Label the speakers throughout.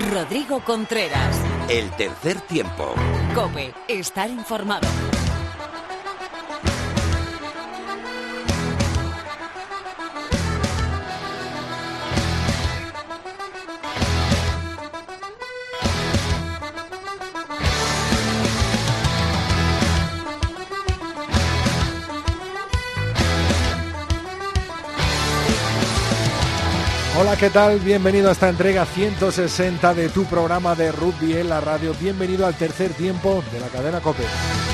Speaker 1: Rodrigo Contreras.
Speaker 2: El tercer tiempo.
Speaker 1: COPE, estar informado.
Speaker 3: Hola, ¿qué tal? Bienvenido a esta entrega 160 de tu programa de rugby en la radio. Bienvenido al tercer tiempo de la cadena COPE.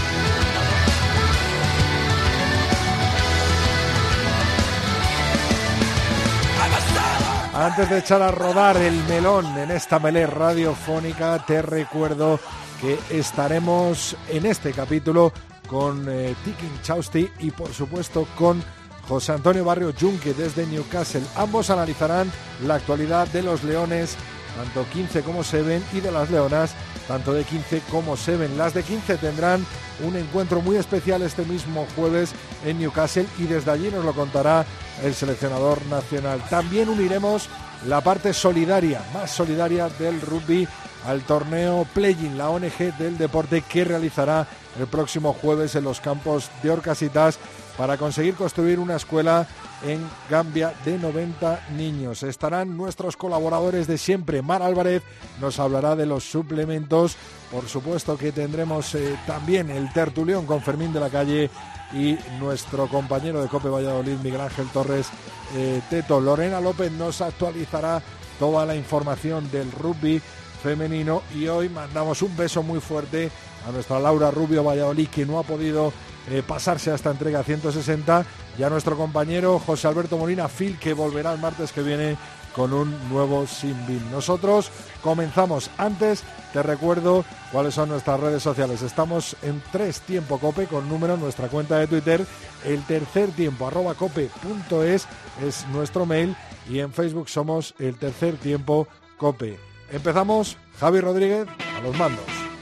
Speaker 3: Antes de echar a rodar el melón en esta melé radiofónica, te recuerdo que estaremos en este capítulo con Tikin Chausti y por supuesto con José Antonio Barrio Junque desde Newcastle. Ambos analizarán la actualidad de los Leones, tanto 15 como 7, y de las Leonas, tanto de 15 como 7. Las de 15 tendrán un encuentro muy especial este mismo jueves en Newcastle y desde allí nos lo contará el seleccionador nacional. También uniremos la parte solidaria, más solidaria del rugby al torneo Play-in, la ONG del deporte que realizará el próximo jueves en los campos de Orcasitas para conseguir construir una escuela en Gambia de 90 niños. Estarán nuestros colaboradores de siempre. Mar Álvarez nos hablará de los suplementos. Por supuesto que tendremos también el tertulión con Fermín de la Calle y nuestro compañero de COPE Valladolid, Miguel Ángel Torres Teto. Lorena López nos actualizará toda la información del rugby femenino y hoy mandamos un beso muy fuerte a nuestra Laura Rubio Valladolid, que no ha podido pasarse a esta entrega 160, y a nuestro compañero José Alberto Molina Phil, que volverá el martes que viene con un nuevo Sinbin. Nosotros comenzamos. Antes te recuerdo cuáles son nuestras redes sociales. Estamos en 3 Tiempo Cope con número, nuestra cuenta de Twitter, el tercer tiempo @cope.es es nuestro mail, y en Facebook somos el tercer tiempo Cope. Empezamos. Javi Rodríguez a los mandos.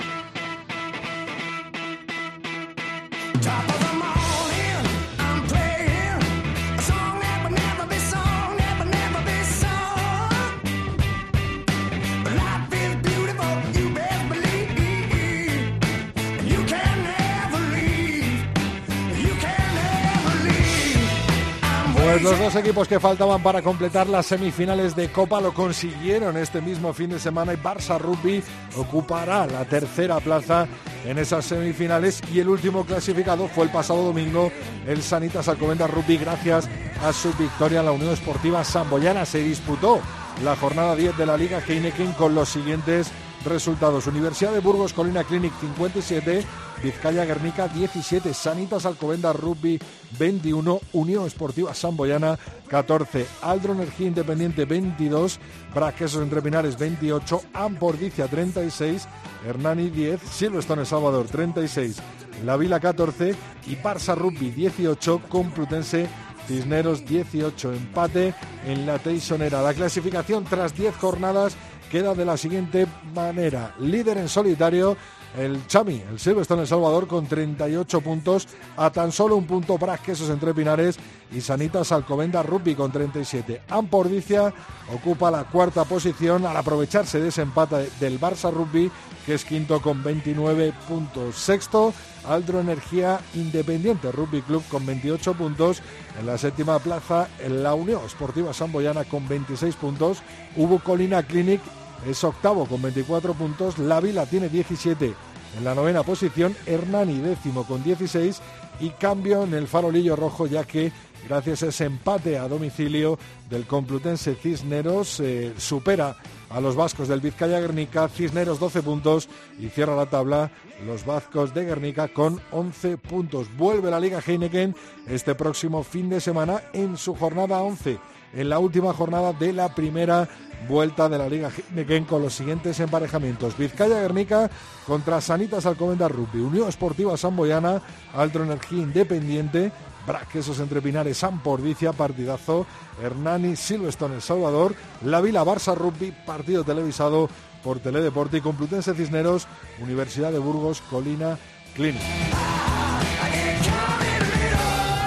Speaker 3: Pues los dos equipos que faltaban para completar las semifinales de Copa lo consiguieron este mismo fin de semana, y Barça Rugby ocupará la tercera plaza en esas semifinales, y el último clasificado fue el pasado domingo el Sanitas Alcobendas Rugby, gracias a su victoria en la Unión Esportiva Samboyana. Se disputó la jornada 10 de la Liga Heineken con los siguientes resultados: Universidad de Burgos Colina Clinic 57, Vizcaya Guernica 17, Sanitas Alcobendas Rugby 21, Unión Esportiva Samboyana 14, Aldro Energía Independiente 22, Braquesos Entre Pinares 28, Ampordicia 36, Hernani 10, Silverstone El Salvador 36, La Vila 14 y Barça Rugby 18, Complutense Cisneros 18. Empate en la Teixonera. La clasificación tras 10 jornadas queda de la siguiente manera: líder en solitario el Chami, el Silverstone El Salvador, con 38 puntos, a tan solo un punto Braquesos Entre Pinares y Sanitas Alcobendas Rugby con 37. Ampordicia ocupa la cuarta posición al aprovecharse de ese empate del Barça Rugby, que es quinto con 29 puntos. Sexto, Aldro Energía Independiente Rugby Club con 28 puntos. En la séptima plaza, en la Unión Esportiva Samboyana con 26 puntos. Ubu Colina Clinic es octavo con 24 puntos. La Vila tiene 17 en la novena posición. Hernani décimo con 16. Y cambio en el farolillo rojo, ya que gracias a ese empate a domicilio del Complutense Cisneros supera a los vascos del Vizcaya Guernica. Cisneros 12 puntos y cierra la tabla los vascos de Guernica con 11 puntos. Vuelve la Liga Heineken este próximo fin de semana en su jornada 11, en la última jornada de la primera vuelta de la Liga Heineken, con los siguientes emparejamientos: Vizcaya Guernica contra Sanitas Alcobendas Rugby, Unión Esportiva Samboyana, Aldro Energía Independiente, Braquesos Entre Pinares Ampordicia, partidazo, Hernani Silverstone El Salvador, La Vila Barça Rugby, partido televisado por Teledeporte, y Complutense Cisneros, Universidad de Burgos Colina Clinic.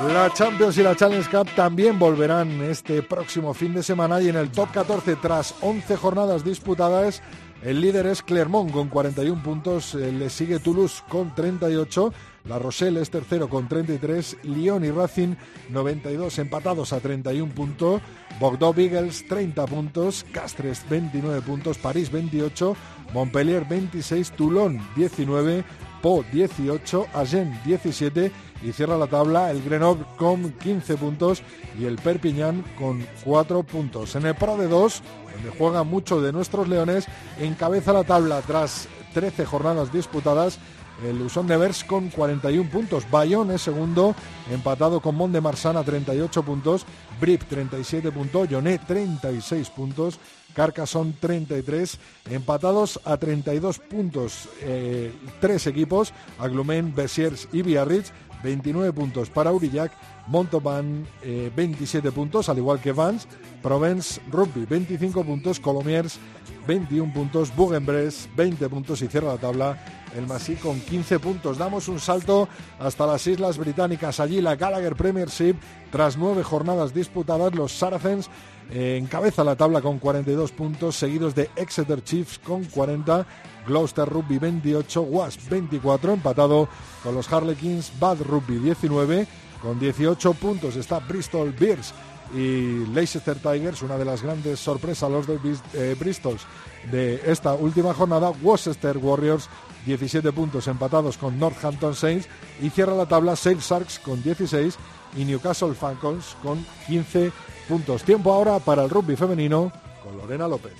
Speaker 3: La Champions y la Challenge Cup también volverán este próximo fin de semana y en el top 14 tras 11 jornadas disputadas el líder es Clermont con 41 puntos, le sigue Toulouse con 38, La Rochelle es tercero con 33, Lyon y Racing 92 empatados a 31 puntos, Bordeaux-Bègles 30 puntos, Castres 29 puntos, París 28, Montpellier 26, Toulon 19, Pau 18, Agen 17 y cierra la tabla el Grenoble con 15 puntos y el Perpignan con 4 puntos. En el Pro de 2, donde juegan mucho de nuestros leones, encabeza la tabla tras 13 jornadas disputadas el Usón de Nevers con 41 puntos. Bayonne es segundo, empatado con Mont-de-Marsan a 38 puntos, Brive 37 puntos, Yonet 36 puntos, Carcassonne 33, empatados a 32 puntos tres equipos, Aglumen, Besiers y Biarritz, 29 puntos para Aurillac, Montauban 27 puntos, al igual que Vans, Provence Rugby 25 puntos, Colomiers 21 puntos, Bourg-en-Bresse 20 puntos y cierra la tabla el Massy con 15 puntos. Damos un salto hasta las Islas Británicas. Allí la Gallagher Premiership, tras 9 jornadas disputadas, los Saracens encabeza la tabla con 42 puntos, seguidos de Exeter Chiefs con 40, Gloucester Rugby 28, Wasps 24, empatado con los Harlequins, Bath Rugby 19, con 18 puntos está Bristol Bears y Leicester Tigers, una de las grandes sorpresas, los de Bristol de esta última jornada. Worcester Warriors 17 puntos, empatados con Northampton Saints, y cierra la tabla Sale Sharks con 16 y Newcastle Falcons con 15 puntos. Tiempo ahora para el rugby femenino con Lorena López.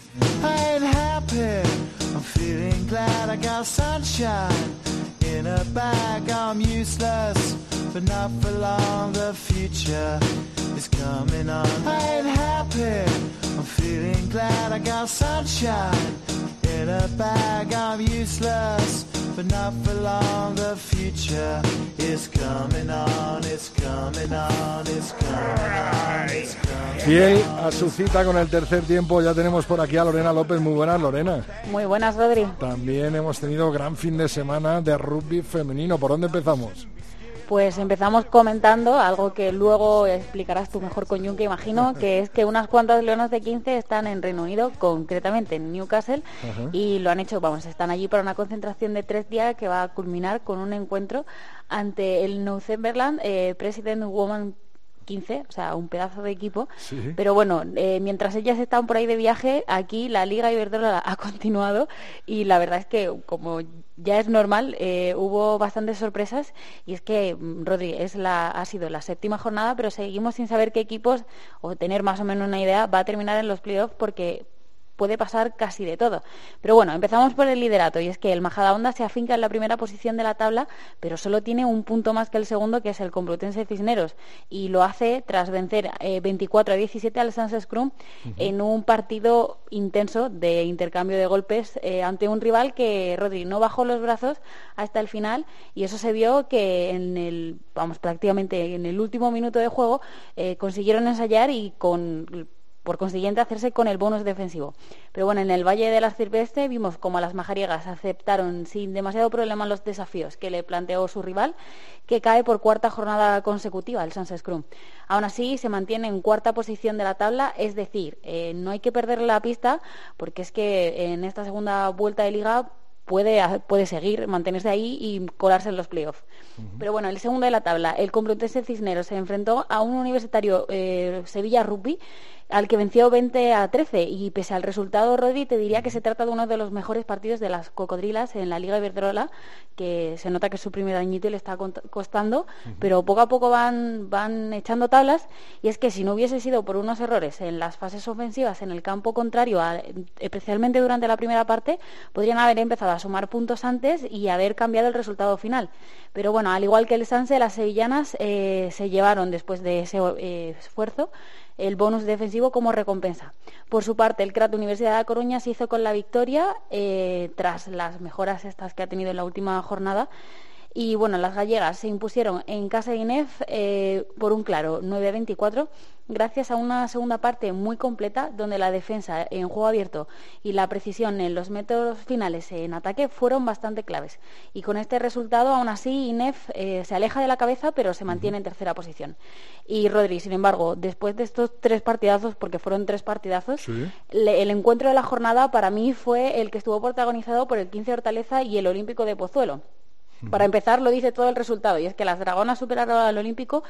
Speaker 3: In a bag I'm useless, but not for long, the future is coming on. I ain't happy, I'm feeling glad I got sunshine. In a bag I'm useless, but not for long, the future is coming on, it's coming on, it's coming on, it's coming on. Fiel a su cita con el tercer tiempo, ya tenemos por aquí a Lorena López. Muy buenas, Lorena.
Speaker 4: Muy buenas, Rodri.
Speaker 3: También hemos tenido gran fin de semana de rugby femenino. ¿Por dónde empezamos?
Speaker 4: Pues empezamos comentando algo que luego explicarás tú mejor con Yunque, imagino, que es que unas cuantas leonas de 15 están en Reino Unido, concretamente en Newcastle, y lo han hecho, están allí para una concentración de 3 días que va a culminar con un encuentro ante el Northumberland President Women 15, o sea, un pedazo de equipo, sí. Pero bueno, mientras ellas estaban por ahí de viaje, aquí la Liga Iberdrola ha continuado y la verdad es que, como ya es normal, hubo bastantes sorpresas y es que, Rodri, ha sido la 7ª jornada, pero seguimos sin saber qué equipos, o tener más o menos una idea, va a terminar en los playoffs porque puede pasar casi de todo. Pero bueno, empezamos por el liderato, y es que el Majadahonda se afinca en la primera posición de la tabla, pero solo tiene un punto más que el segundo, que es el Complutense Cisneros, y lo hace tras vencer 24-17 al Sans Scrum en un partido intenso de intercambio de golpes ante un rival que, Rodri, no bajó los brazos hasta el final, y eso se vio que prácticamente en el último minuto de juego consiguieron ensayar y por consiguiente hacerse con el bonus defensivo. Pero bueno, en el Valle de las Cirpeste vimos como las majariegas aceptaron sin demasiado problema los desafíos que le planteó su rival, que cae por 4ª jornada consecutiva, el Sans Scrum. Aún así, se mantiene en 4ª posición de la tabla, es decir, no hay que perder la pista, porque es que en esta segunda vuelta de liga puede seguir, mantenerse ahí y colarse en los playoffs. Pero bueno, el segundo de la tabla, el Complutense Cisneros, se enfrentó a un universitario Sevilla Rugby, al que venció 20-13, y pese al resultado, Rodri, te diría que se trata de uno de los mejores partidos de las cocodrilas en la Liga Iberdrola, que se nota que su primer añito y le está costando, pero poco a poco van echando tablas, y es que si no hubiese sido por unos errores en las fases ofensivas en el campo contrario, especialmente durante la primera parte, podrían haber empezado a sumar puntos antes y haber cambiado el resultado final. Pero bueno, al igual que el Sanse, las sevillanas se llevaron, después de ese esfuerzo, el bonus defensivo como recompensa. Por su parte, el CRAT Universidad de La Coruña se hizo con la victoria tras las mejoras estas que ha tenido en la última jornada, Y bueno, las gallegas se impusieron en casa de INEF por un claro 9-24, gracias a una segunda parte muy completa, donde la defensa en juego abierto y la precisión en los métodos finales en ataque fueron bastante claves. Y con este resultado, aún así, INEF se aleja de la cabeza, pero se mantiene en tercera posición. Y Rodri, sin embargo, después de estos 3 partidazos, porque fueron 3 partidazos,
Speaker 3: Sí.
Speaker 4: el encuentro de la jornada para mí fue el que estuvo protagonizado por el 15 Hortaleza y el Olímpico de Pozuelo. Para empezar, lo dice todo el resultado, y es que las dragonas superaron al Olímpico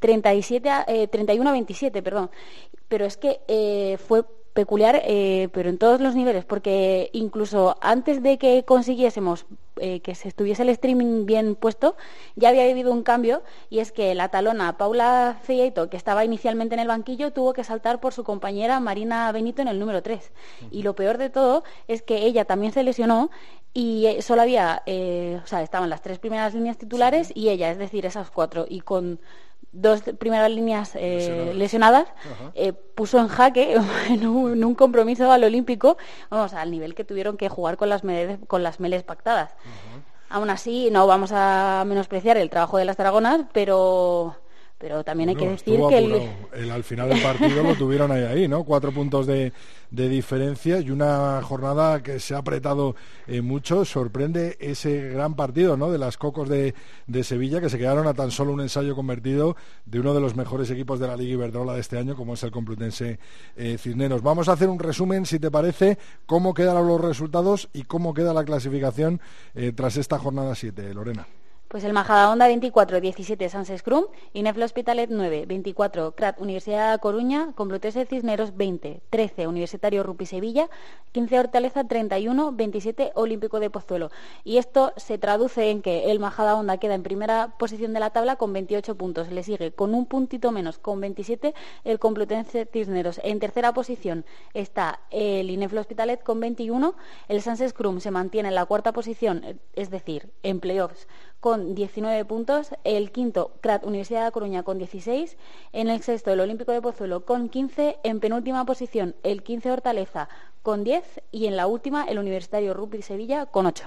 Speaker 4: 31-27, perdón. Pero es que fue peculiar, pero en todos los niveles, porque incluso antes de que consiguiésemos que se estuviese el streaming bien puesto, ya había habido un cambio, y es que la talona Paula Cieito, que estaba inicialmente en el banquillo, tuvo que saltar por su compañera Marina Benito en el número 3. Y lo peor de todo es que ella también se lesionó, y solo había, estaban las 3 primeras líneas titulares y ella, es decir, esas 4, y con 2 primeras líneas lesionadas, puso en jaque en un compromiso al Olímpico, vamos, al nivel que tuvieron que jugar con las meles pactadas. Aún así, no vamos a menospreciar el trabajo de las dragonas, pero también hay que decir que
Speaker 3: al final del partido lo tuvieron ahí, ¿no? 4 puntos de diferencia y una jornada que se ha apretado mucho. Sorprende ese gran partido, ¿no?, de las Cocos de Sevilla, que se quedaron a tan solo un ensayo convertido de uno de los mejores equipos de la Liga Iberdrola de este año, como es el Complutense Cisneros. Vamos a hacer un resumen, si te parece, cómo quedan los resultados y cómo queda la clasificación tras esta jornada 7, Lorena.
Speaker 4: Pues el Majadahonda 24-17 Sanse Scrum, INEF L'Hospitalet 9-24 CRAT Universidad de Coruña, Complutense Cisneros 20-13 Universitario Rugby Sevilla, 15 Hortaleza 31-27 Olímpico de Pozuelo. Y esto se traduce en que el Majadahonda queda en primera posición de la tabla con 28 puntos. Le sigue con un puntito menos, con 27, el Complutense Cisneros. En tercera posición está el INEF L'Hospitalet con 21. El Sanse Scrum se mantiene en la cuarta posición, es decir, en playoffs, con 19 puntos, el quinto CRAT Universidad de Coruña con 16, en el sexto el Olímpico de Pozuelo con 15, en penúltima posición el 15 Hortaleza con 10 y en la última el Universitario Rugby Sevilla con 8.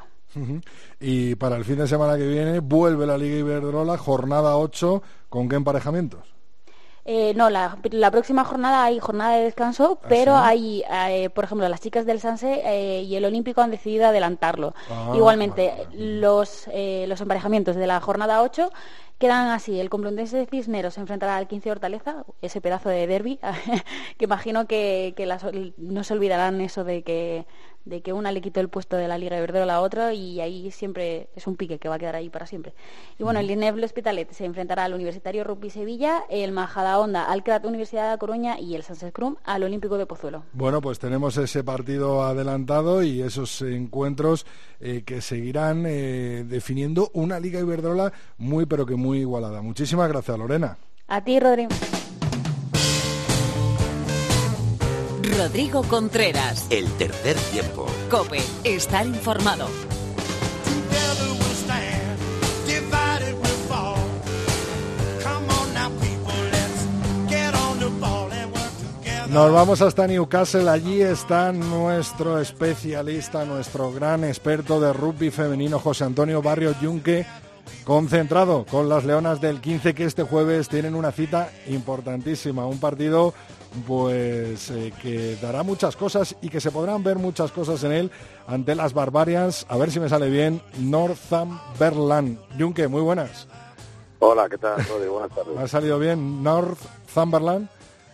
Speaker 3: Y para el fin de semana que viene vuelve la Liga Iberdrola, jornada 8, ¿con qué emparejamientos?
Speaker 4: No, la próxima jornada hay jornada de descanso, pero hay, por ejemplo, las chicas del Sanse y el Olímpico han decidido adelantarlo. Igualmente, los emparejamientos de la jornada 8 quedan así. El Complutense de Cisneros se enfrentará al 15 Hortaleza, ese pedazo de derbi, que imagino que no se olvidarán eso de que una le quitó el puesto de la Liga Iberdrola a la otra, y ahí siempre es un pique que va a quedar ahí para siempre. Y bueno, el INEF L'Hospitalet se enfrentará al Universitario Rugby Sevilla, el Majadahonda al CRAT Universidad de Coruña y el Sanse Scrum al Olímpico de Pozuelo. Bueno,
Speaker 3: pues tenemos ese partido adelantado y esos encuentros que seguirán definiendo una Liga Iberdrola muy pero que muy igualada. Muchísimas gracias, Lorena.
Speaker 4: A ti, Rodri.
Speaker 1: Rodrigo Contreras.
Speaker 2: El tercer tiempo.
Speaker 1: COPE. Estar informado.
Speaker 3: Nos vamos hasta Newcastle. Allí está nuestro especialista, nuestro gran experto de rugby femenino, José Antonio Barrio Yunque, concentrado con las Leonas del 15, que este jueves tienen una cita importantísima, un partido pues que dará muchas cosas y que se podrán ver muchas cosas en él ante las Barbarians, a ver si me sale bien, Northumberland. Yunque, muy buenas.
Speaker 5: Hola, ¿qué tal, Rodri? Buenas tardes.
Speaker 3: ¿Me ha salido bien Northumberland?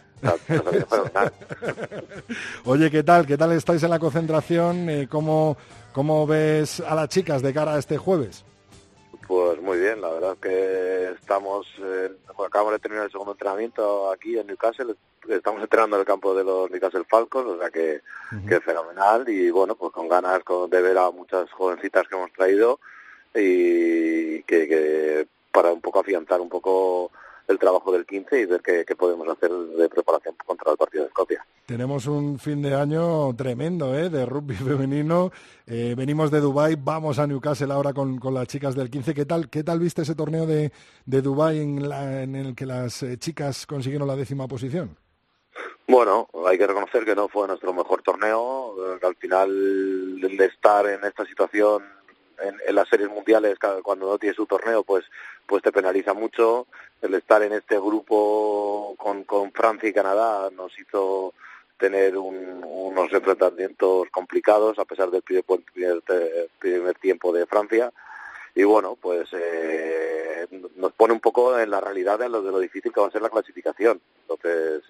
Speaker 3: Oye, ¿qué tal? ¿Qué tal estáis en la concentración? ¿Cómo ves a las chicas de cara a este jueves?
Speaker 5: Pues muy bien, la verdad que estamos, acabamos de terminar el segundo entrenamiento aquí en Newcastle, estamos entrenando en el campo de los Newcastle Falcons, o sea que es fenomenal, y bueno, pues con ganas de ver a muchas jovencitas que hemos traído y que para un poco afianzar un poco el trabajo del 15 y ver qué podemos hacer de preparación contra el partido de Escocia.
Speaker 3: Tenemos un fin de año tremendo de rugby femenino. Venimos de Dubái, vamos a Newcastle ahora con las chicas del 15. ¿Qué tal viste ese torneo de Dubái en el que las chicas consiguieron la 10ª posición?
Speaker 5: Bueno, hay que reconocer que no fue nuestro mejor torneo, que al final de estar en esta situación en las series mundiales, cuando no tienes su torneo, pues te penaliza mucho. El estar en este grupo con Francia y Canadá nos hizo tener unos enfrentamientos complicados, a pesar del primer tiempo de Francia. Y bueno, pues nos pone un poco en la realidad de lo difícil que va a ser la clasificación. Entonces,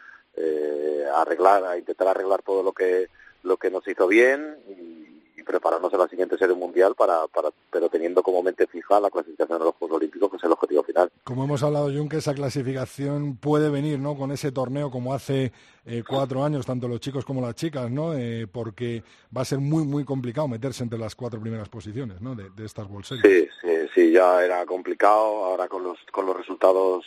Speaker 5: intentar arreglar todo lo que nos hizo bien y prepararnos a la siguiente serie mundial pero teniendo como mente fija la clasificación a los Juegos Olímpicos, que es el objetivo final.
Speaker 3: Como hemos hablado, Jun, que esa clasificación puede venir, ¿no?, con ese torneo como hace 4 años, tanto los chicos como las chicas, ¿no? Porque va a ser muy, muy complicado meterse entre las 4 primeras posiciones, ¿no?, de estas World Series.
Speaker 5: Sí, ya era complicado, ahora con los resultados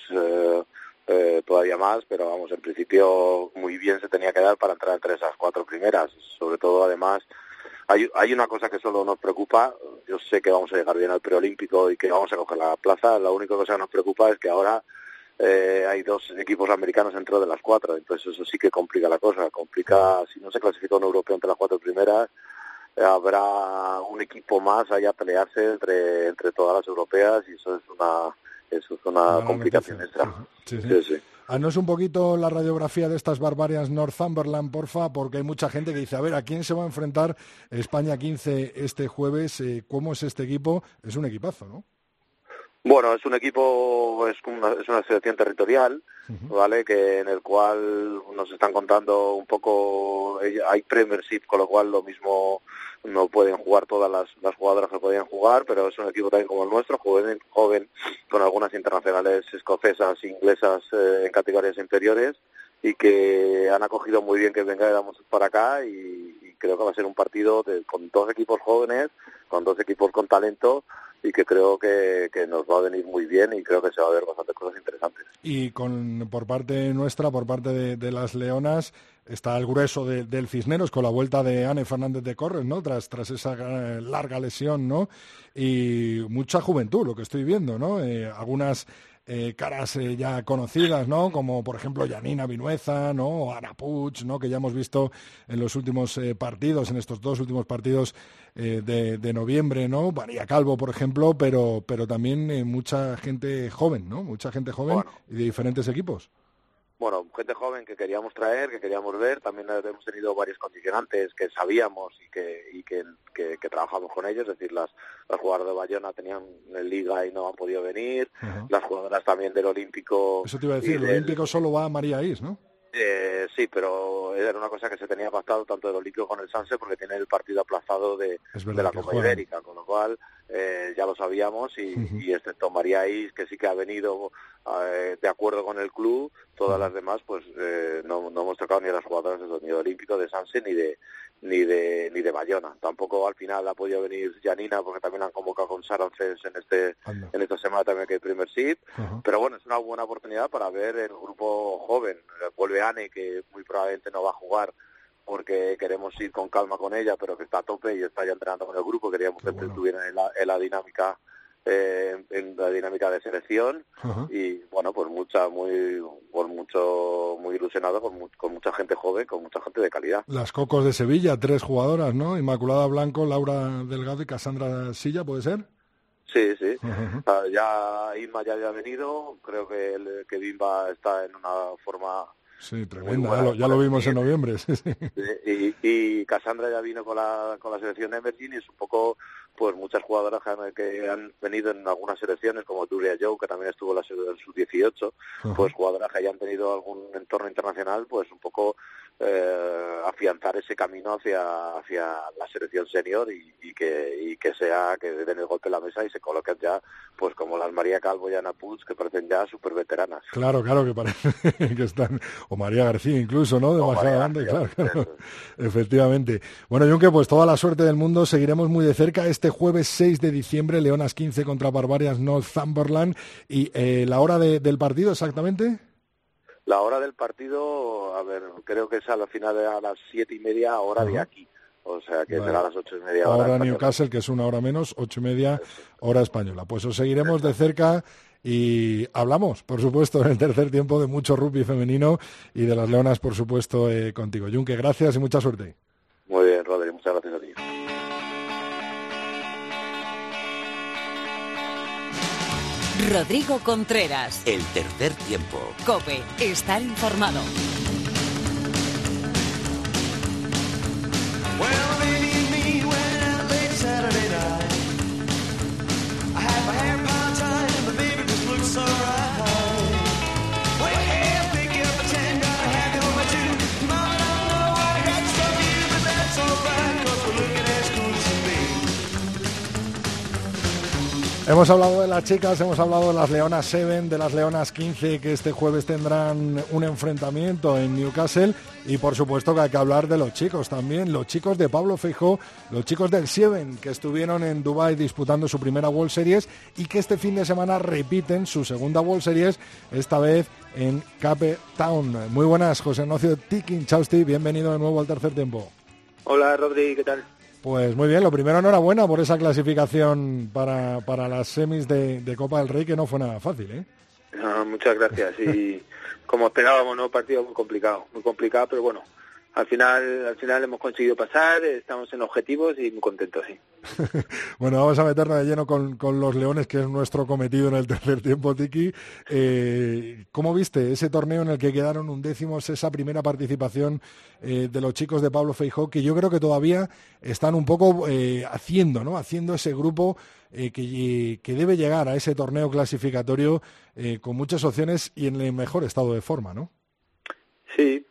Speaker 5: todavía más, pero vamos, en principio muy bien se tenía que dar para entrar entre esas 4 primeras. Sobre todo, además, hay una cosa que solo nos preocupa. Yo sé que vamos a llegar bien al preolímpico y que vamos a coger la plaza. La única cosa que nos preocupa es que ahora hay 2 equipos americanos dentro de las 4, entonces eso sí que complica la cosa. Si no se clasifica un europeo entre las 4 primeras, habrá un equipo más allá a pelearse entre todas las europeas, y eso es una complicación extra.
Speaker 3: Sí.
Speaker 5: Sí.
Speaker 3: Haznos un poquito la radiografía de estas Barbarians Northumberland, porfa, porque hay mucha gente que dice, a ver, ¿a quién se va a enfrentar España 15 este jueves? ¿Cómo es este equipo? Es un equipazo, ¿no?
Speaker 5: Bueno, es un equipo, es una selección territorial, ¿vale? Que en el cual nos están contando un poco, hay Premiership, con lo cual lo mismo no pueden jugar todas las jugadoras que podían jugar, pero es un equipo también como el nuestro, joven, con algunas internacionales escocesas e inglesas en categorías inferiores, y que han acogido muy bien que vengamos para acá, y creo que va a ser un partido con 2 equipos jóvenes, con 2 equipos con talento, y que creo que nos va a venir muy bien, y creo que se va a ver bastantes cosas interesantes.
Speaker 3: Y por parte nuestra, por parte de las Leonas, está el grueso del Cisneros, con la vuelta de Anne Fernández de Corres, ¿no?, tras esa larga lesión, ¿no? Y mucha juventud, lo que estoy viendo, ¿no? Algunas caras ya conocidas, ¿no?, como por ejemplo Janina Vinueza, ¿no?, o Ana Puig, ¿no?, que ya hemos visto en los últimos partidos, en estos 2 últimos partidos de noviembre, ¿no? María Calvo, por ejemplo, pero también mucha gente joven, ¿no? Mucha gente joven, bueno, y de diferentes equipos.
Speaker 5: Bueno, gente joven que queríamos traer, que queríamos ver. También hemos tenido varios condicionantes que sabíamos y que trabajamos con ellos. Es decir, las jugadoras de Bayona tenían en Liga y no han podido venir. Las jugadoras también del Olímpico.
Speaker 3: Eso te iba a decir, el Olímpico solo va a María Is, ¿no?
Speaker 5: Sí, pero era una cosa que se tenía pactado tanto del Olímpico con el Sanse, porque tiene el partido aplazado de la Copa Ibérica, con lo cual ya lo sabíamos, y excepto María Is, que sí que ha venido de acuerdo con el club, todas las demás pues no hemos tocado ni a las jugadoras ni de Olímpico, de Sanse, ni de Bayona. Tampoco al final ha podido venir Janina, porque también la han convocado con Sarances en esta semana también, que hay Premiership. Pero bueno, es una buena oportunidad para ver el grupo joven. Vuelve Anne, que muy probablemente no va a jugar porque queremos ir con calma con ella, pero que está a tope y está ya entrenando con el grupo. Queríamos que estuvieran en la dinámica de selección. Y bueno, pues muy ilusionado con mucha gente joven, con mucha gente de calidad.
Speaker 3: Las Cocos de Sevilla, 3 jugadoras, ¿no? Inmaculada Blanco, Laura Delgado y Cassandra Silla, ¿puede ser?
Speaker 5: Sí. Ya Inma ya había venido, creo que Bimba está en una forma...
Speaker 3: Sí, tremenda, ya lo vimos en noviembre. Sí.
Speaker 5: Y Cassandra ya vino con la selección de Emerging, y es un poco, pues muchas jugadoras que han venido en algunas selecciones, como Julia Joe, que también estuvo en la sub-18, pues jugadoras que hayan tenido algún entorno internacional, pues un poco afianzar ese camino hacia la selección senior, y que sea, que den el golpe en la mesa y se coloquen ya, pues como las María Calvo y Ana Puig, que parecen ya súper veteranas.
Speaker 3: Claro, que parece que están... O María García incluso, ¿no? De bajada grande, claro. Efectivamente. Bueno, Junque, pues toda la suerte del mundo. Seguiremos muy de cerca este jueves 6 de diciembre, Leonas 15 contra Barbarians Northumberland. ¿Y la hora del partido exactamente?
Speaker 5: La hora del partido, a ver, creo que es a la final a las 7:30 hora de aquí. O sea, que será a las 8:30
Speaker 3: hora Newcastle, que es una hora menos, 8:30 hora española. Pues os seguiremos de cerca. Y hablamos, por supuesto, en el tercer tiempo de mucho rugby femenino y de las Leonas, por supuesto, contigo. Junque, gracias y mucha suerte.
Speaker 5: Muy bien, Rodri, muchas gracias a ti.
Speaker 1: Rodrigo Contreras.
Speaker 2: El tercer tiempo.
Speaker 1: COPE. Estar informado.
Speaker 3: Hemos hablado de las chicas, hemos hablado de las Leonas 7, de las Leonas 15, que este jueves tendrán un enfrentamiento en Newcastle, y por supuesto que hay que hablar de los chicos también, los chicos de Pablo Feijó, los chicos del 7, que estuvieron en Dubái disputando su primera World Series y que este fin de semana repiten su segunda World Series, esta vez en Cape Town. Muy buenas, José Ignacio Tiquinchausti, bienvenido de nuevo al tercer tiempo.
Speaker 6: Hola, Rodri, ¿qué tal?
Speaker 3: Pues muy bien, lo primero, enhorabuena por esa clasificación para las semis de Copa del Rey, que no fue nada fácil, ¿eh?
Speaker 6: No, muchas gracias. Y como esperábamos, ¿no? Partido muy complicado, pero bueno, al final hemos conseguido pasar, estamos en objetivos y muy contentos, sí.
Speaker 3: Bueno, vamos a meternos de lleno con los Leones, que es nuestro cometido en el tercer tiempo, Tiki. ¿Cómo viste ese torneo en el que quedaron undécimos, esa primera participación de los chicos de Pablo Feijó, que yo creo que todavía están un poco haciendo ese grupo que debe llegar a ese torneo clasificatorio con muchas opciones y en el mejor estado de forma, ¿no?
Speaker 6: Sí,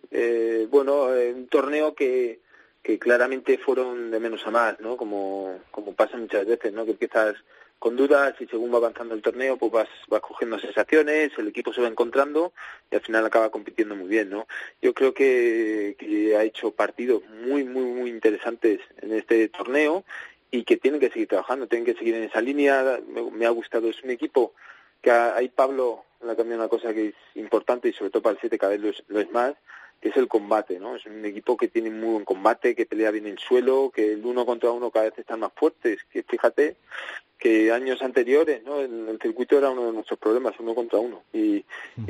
Speaker 6: un torneo que claramente fueron de menos a más, ¿no? Como pasa muchas veces, ¿no? Que empiezas con dudas y según va avanzando el torneo, pues vas cogiendo sensaciones, el equipo se va encontrando y al final acaba compitiendo muy bien, ¿no? Yo creo que ha hecho partidos muy, muy, muy interesantes en este torneo y que tienen que seguir trabajando, tienen que seguir en esa línea. Me ha gustado, es un equipo que ahí Pablo le ha cambiado una cosa que es importante y sobre todo para el 7 cada vez lo es más, que es el combate, ¿no? Es un equipo que tiene muy buen combate, que pelea bien en suelo, que el 1 contra 1 cada vez están más fuertes, que fíjate que años anteriores, ¿no? El circuito era uno de nuestros problemas, 1 contra 1, y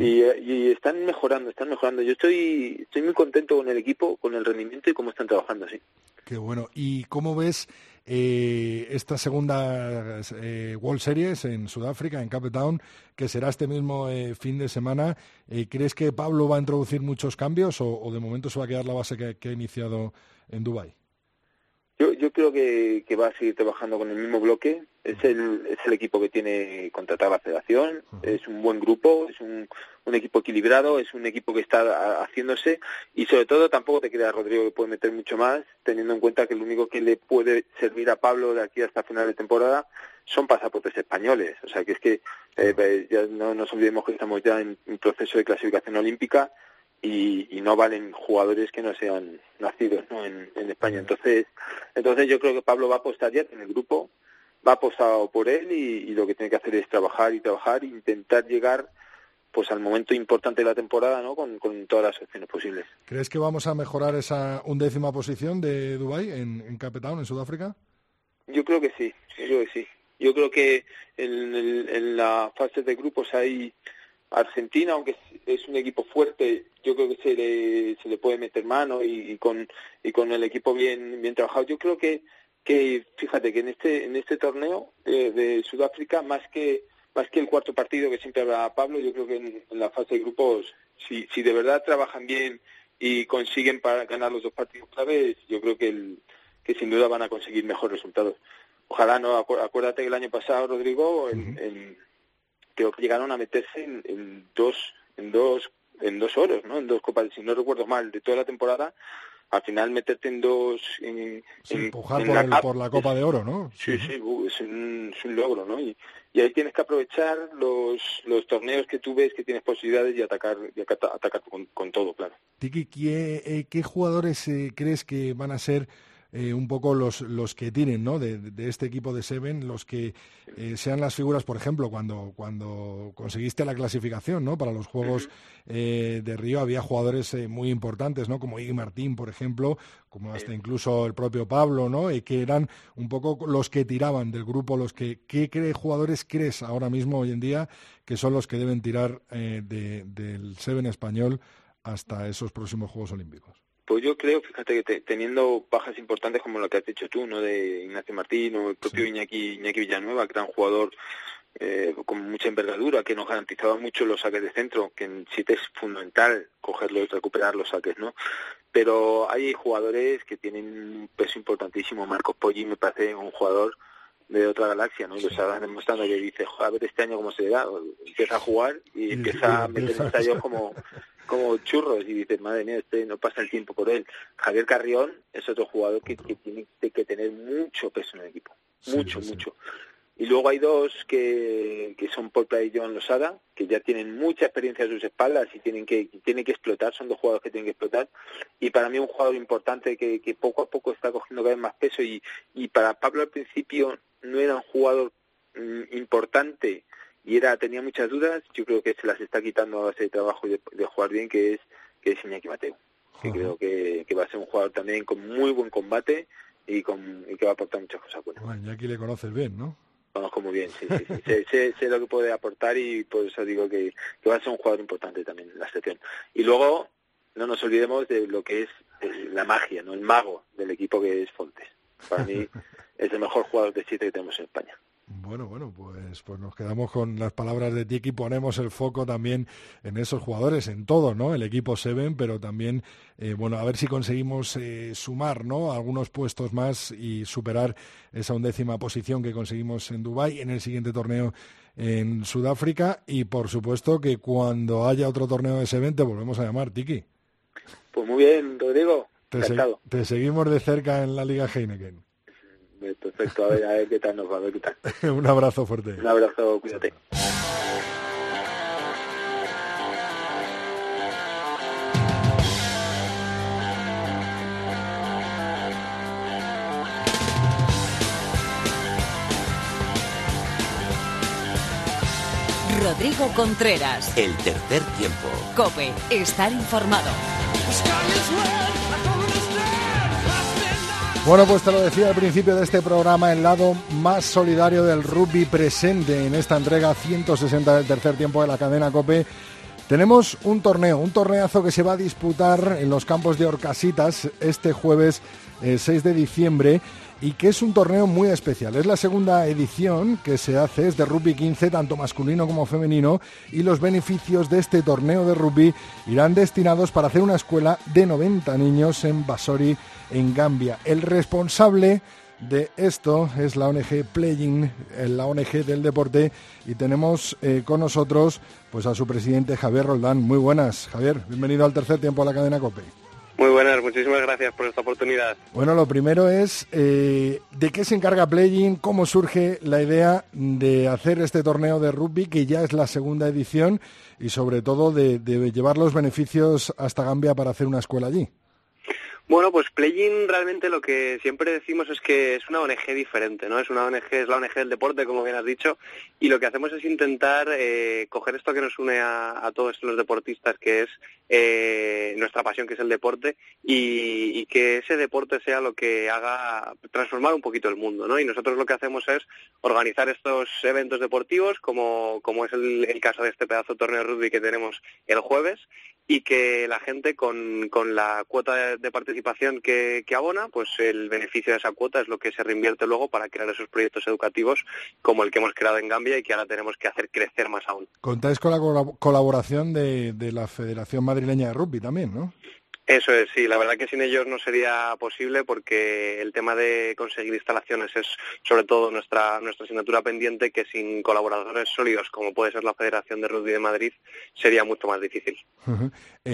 Speaker 6: están mejorando. Yo estoy muy contento con el equipo, con el rendimiento y cómo están trabajando, sí.
Speaker 3: Qué bueno. ¿Y cómo ves esta segunda World Series en Sudáfrica, en Cape Town, que será este mismo fin de semana? ¿Crees que Pablo va a introducir muchos cambios o de momento se va a quedar la base que ha iniciado en Dubái?
Speaker 6: Yo creo que va a seguir trabajando con el mismo bloque. Es el equipo que tiene contratada la federación. Es un buen grupo, es un equipo equilibrado, es un equipo que está haciéndose y sobre todo tampoco te creas, Rodrigo, que puede meter mucho más, teniendo en cuenta que lo único que le puede servir a Pablo de aquí hasta final de temporada son pasaportes españoles. O sea que es que ya no nos olvidemos que estamos ya en un proceso de clasificación olímpica y no valen jugadores que no sean nacidos, ¿no? en España. Entonces yo creo que Pablo va a apostar ya en el grupo, va a apostar por él y lo que tiene que hacer es trabajar e intentar llegar pues al momento importante de la temporada, ¿no? Con todas las opciones posibles.
Speaker 3: ¿Crees que vamos a mejorar esa 11ª posición de Dubái en Cape Town, en Sudáfrica?
Speaker 6: Yo creo que sí. Yo creo que en la fase de grupos hay Argentina, aunque es un equipo fuerte, yo creo que se le puede meter mano y con el equipo bien trabajado. Yo creo que fíjate que en este torneo de Sudáfrica, más que el cuarto partido que siempre habla Pablo, yo creo que en la fase de grupos, si de verdad trabajan bien y consiguen para ganar los 2 partidos claves, yo creo que sin duda van a conseguir mejores resultados. Ojalá no. Acuérdate que el año pasado, Rodrigo, creo que llegaron a meterse en dos oros, ¿no? En 2 copas, si no recuerdo mal, de toda la temporada. Al final meterte en 2
Speaker 3: empujar por la Copa de Oro, ¿no?
Speaker 6: Sí, es un logro, ¿no? Y ahí tienes que aprovechar los torneos que tú ves que tienes posibilidades y atacar con todo, claro.
Speaker 3: Tiki, ¿qué jugadores crees que van a ser un poco los que tienen, ¿no? de este equipo de 7, los que sean las figuras, por ejemplo, cuando conseguiste la clasificación, ¿no? Para los Juegos de Río había jugadores muy importantes, ¿no? Como Iggy Martín, por ejemplo, como hasta incluso el propio Pablo, ¿no? Que eran un poco los que tiraban del grupo, ¿qué jugadores crees ahora mismo, hoy en día, que son los que deben tirar del 7 español hasta esos próximos Juegos Olímpicos?
Speaker 6: Pues yo creo, fíjate, que teniendo bajas importantes como lo que has dicho tú, ¿no? De Ignacio Martín o el propio Iñaki Villanueva, gran jugador con mucha envergadura, que nos garantizaba mucho los saques de centro, que en 7 es fundamental cogerlos y recuperar los saques, ¿no? Pero hay jugadores que tienen un peso importantísimo. Marcos Poggi me parece un jugador de otra galaxia, ¿no? Y lo está demostrando, que dice, joder, a ver este año cómo se da. Empieza a jugar y empieza a meter ensayos como churros, y dices, madre mía, no pasa el tiempo por él. Javier Carrión es otro jugador que tiene que tener mucho peso en el equipo, mucho. Y luego hay dos que son Paul Pla y Joan Losada, que ya tienen mucha experiencia a sus espaldas y tienen que explotar, son dos jugadores que tienen que explotar. Y para mí un jugador importante que poco a poco está cogiendo cada vez más peso, y para Pablo al principio no era un jugador importante y tenía muchas dudas. Yo creo que se las está quitando a base de trabajo y de jugar bien, que es Iñaki Mateu, que creo que va a ser un jugador también con muy buen combate y que va a aportar muchas cosas buenas.
Speaker 3: Bueno, Iñaki le conoces bien, ¿no?
Speaker 6: Conozco muy bien, sí. sé lo que puede aportar, y por eso digo que va a ser un jugador importante también en la selección. Y luego no nos olvidemos de lo que es la magia, ¿no? El mago del equipo, que es Fontes. Para mí es el mejor jugador de 7 que tenemos en España.
Speaker 3: Bueno, pues nos quedamos con las palabras de Tiki, ponemos el foco también en esos jugadores, en todo, ¿no? El equipo Seven, pero también, a ver si conseguimos sumar, ¿no? Algunos puestos más y superar esa 11ª posición que conseguimos en Dubái, en el siguiente torneo en Sudáfrica, y por supuesto que cuando haya otro torneo de Seven te volvemos a llamar, Tiki.
Speaker 6: Pues muy bien, Rodrigo, encantado.
Speaker 3: Te seguimos de cerca en la Liga Heineken.
Speaker 6: Perfecto, a ver qué tal nos va, a ver qué tal.
Speaker 3: Un abrazo fuerte.
Speaker 6: Un abrazo, cuídate.
Speaker 1: Rodrigo Contreras.
Speaker 2: El tercer tiempo.
Speaker 1: COPE. Estar informado.
Speaker 3: Bueno, pues te lo decía al principio de este programa, el lado más solidario del rugby presente en esta entrega 160 del tercer tiempo de la cadena COPE. Tenemos un torneazo que se va a disputar en los campos de Orcasitas este jueves 6 de diciembre, y que es un torneo muy especial. Es la segunda edición que se hace, es de rugby 15, tanto masculino como femenino, y los beneficios de este torneo de rugby irán destinados para hacer una escuela de 90 niños en Basori, en Gambia. El responsable de esto es la ONG Playing, la ONG del deporte, y tenemos con nosotros pues a su presidente, Javier Roldán. Muy buenas, Javier, bienvenido al tercer tiempo de la cadena COPE.
Speaker 7: Muy buenas, muchísimas gracias por esta oportunidad.
Speaker 3: Bueno, lo primero es, ¿de qué se encarga Playing? ¿Cómo surge la idea de hacer este torneo de rugby, que ya es la segunda edición, y sobre todo de llevar los beneficios hasta Gambia para hacer una escuela allí?
Speaker 7: Bueno, pues Playing realmente lo que siempre decimos es que es una ONG diferente, ¿no? Es la ONG del deporte, como bien has dicho, y lo que hacemos es intentar coger esto que nos une a todos los deportistas, que es nuestra pasión, que es el deporte, y que ese deporte sea lo que haga transformar un poquito el mundo, ¿no? Y nosotros lo que hacemos es organizar estos eventos deportivos, como es el caso de este pedazo de torneo de rugby que tenemos el jueves, y que la gente con la cuota de participación que abona, pues el beneficio de esa cuota es lo que se reinvierte luego para crear esos proyectos educativos como el que hemos creado en Gambia y que ahora tenemos que hacer crecer más aún.
Speaker 3: Contáis con la colaboración de la Federación Madrileña de Rugby también, ¿no?
Speaker 7: Eso es, sí, la verdad que sin ellos no sería posible, porque el tema de conseguir instalaciones es sobre todo nuestra asignatura pendiente, que sin colaboradores sólidos como puede ser la Federación de Rugby de Madrid sería mucho más difícil.
Speaker 3: Uh-huh.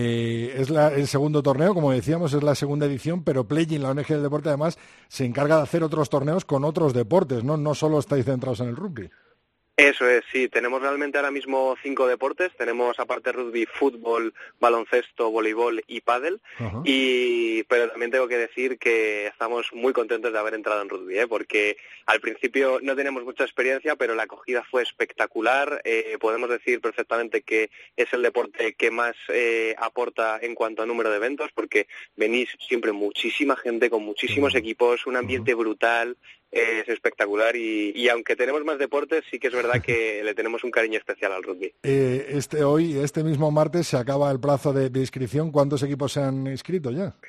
Speaker 3: Es el segundo torneo, como decíamos, es la segunda edición, pero Playing, la ONG del deporte, además se encarga de hacer otros torneos con otros deportes, ¿no? No solo estáis centrados en el rugby.
Speaker 7: Eso es, sí, tenemos realmente ahora mismo 5 deportes, tenemos aparte rugby, fútbol, baloncesto, voleibol y pádel, uh-huh. Pero también tengo que decir que estamos muy contentos de haber entrado en rugby, porque al principio no teníamos mucha experiencia, pero la acogida fue espectacular. Podemos decir perfectamente que es el deporte que más aporta en cuanto a número de eventos, porque venís siempre muchísima gente con muchísimos equipos, un ambiente brutal. Es espectacular y aunque tenemos más deportes, sí que es verdad que le tenemos un cariño especial al rugby.
Speaker 3: Este mismo martes se acaba el plazo de inscripción. ¿Cuántos equipos se han inscrito ya?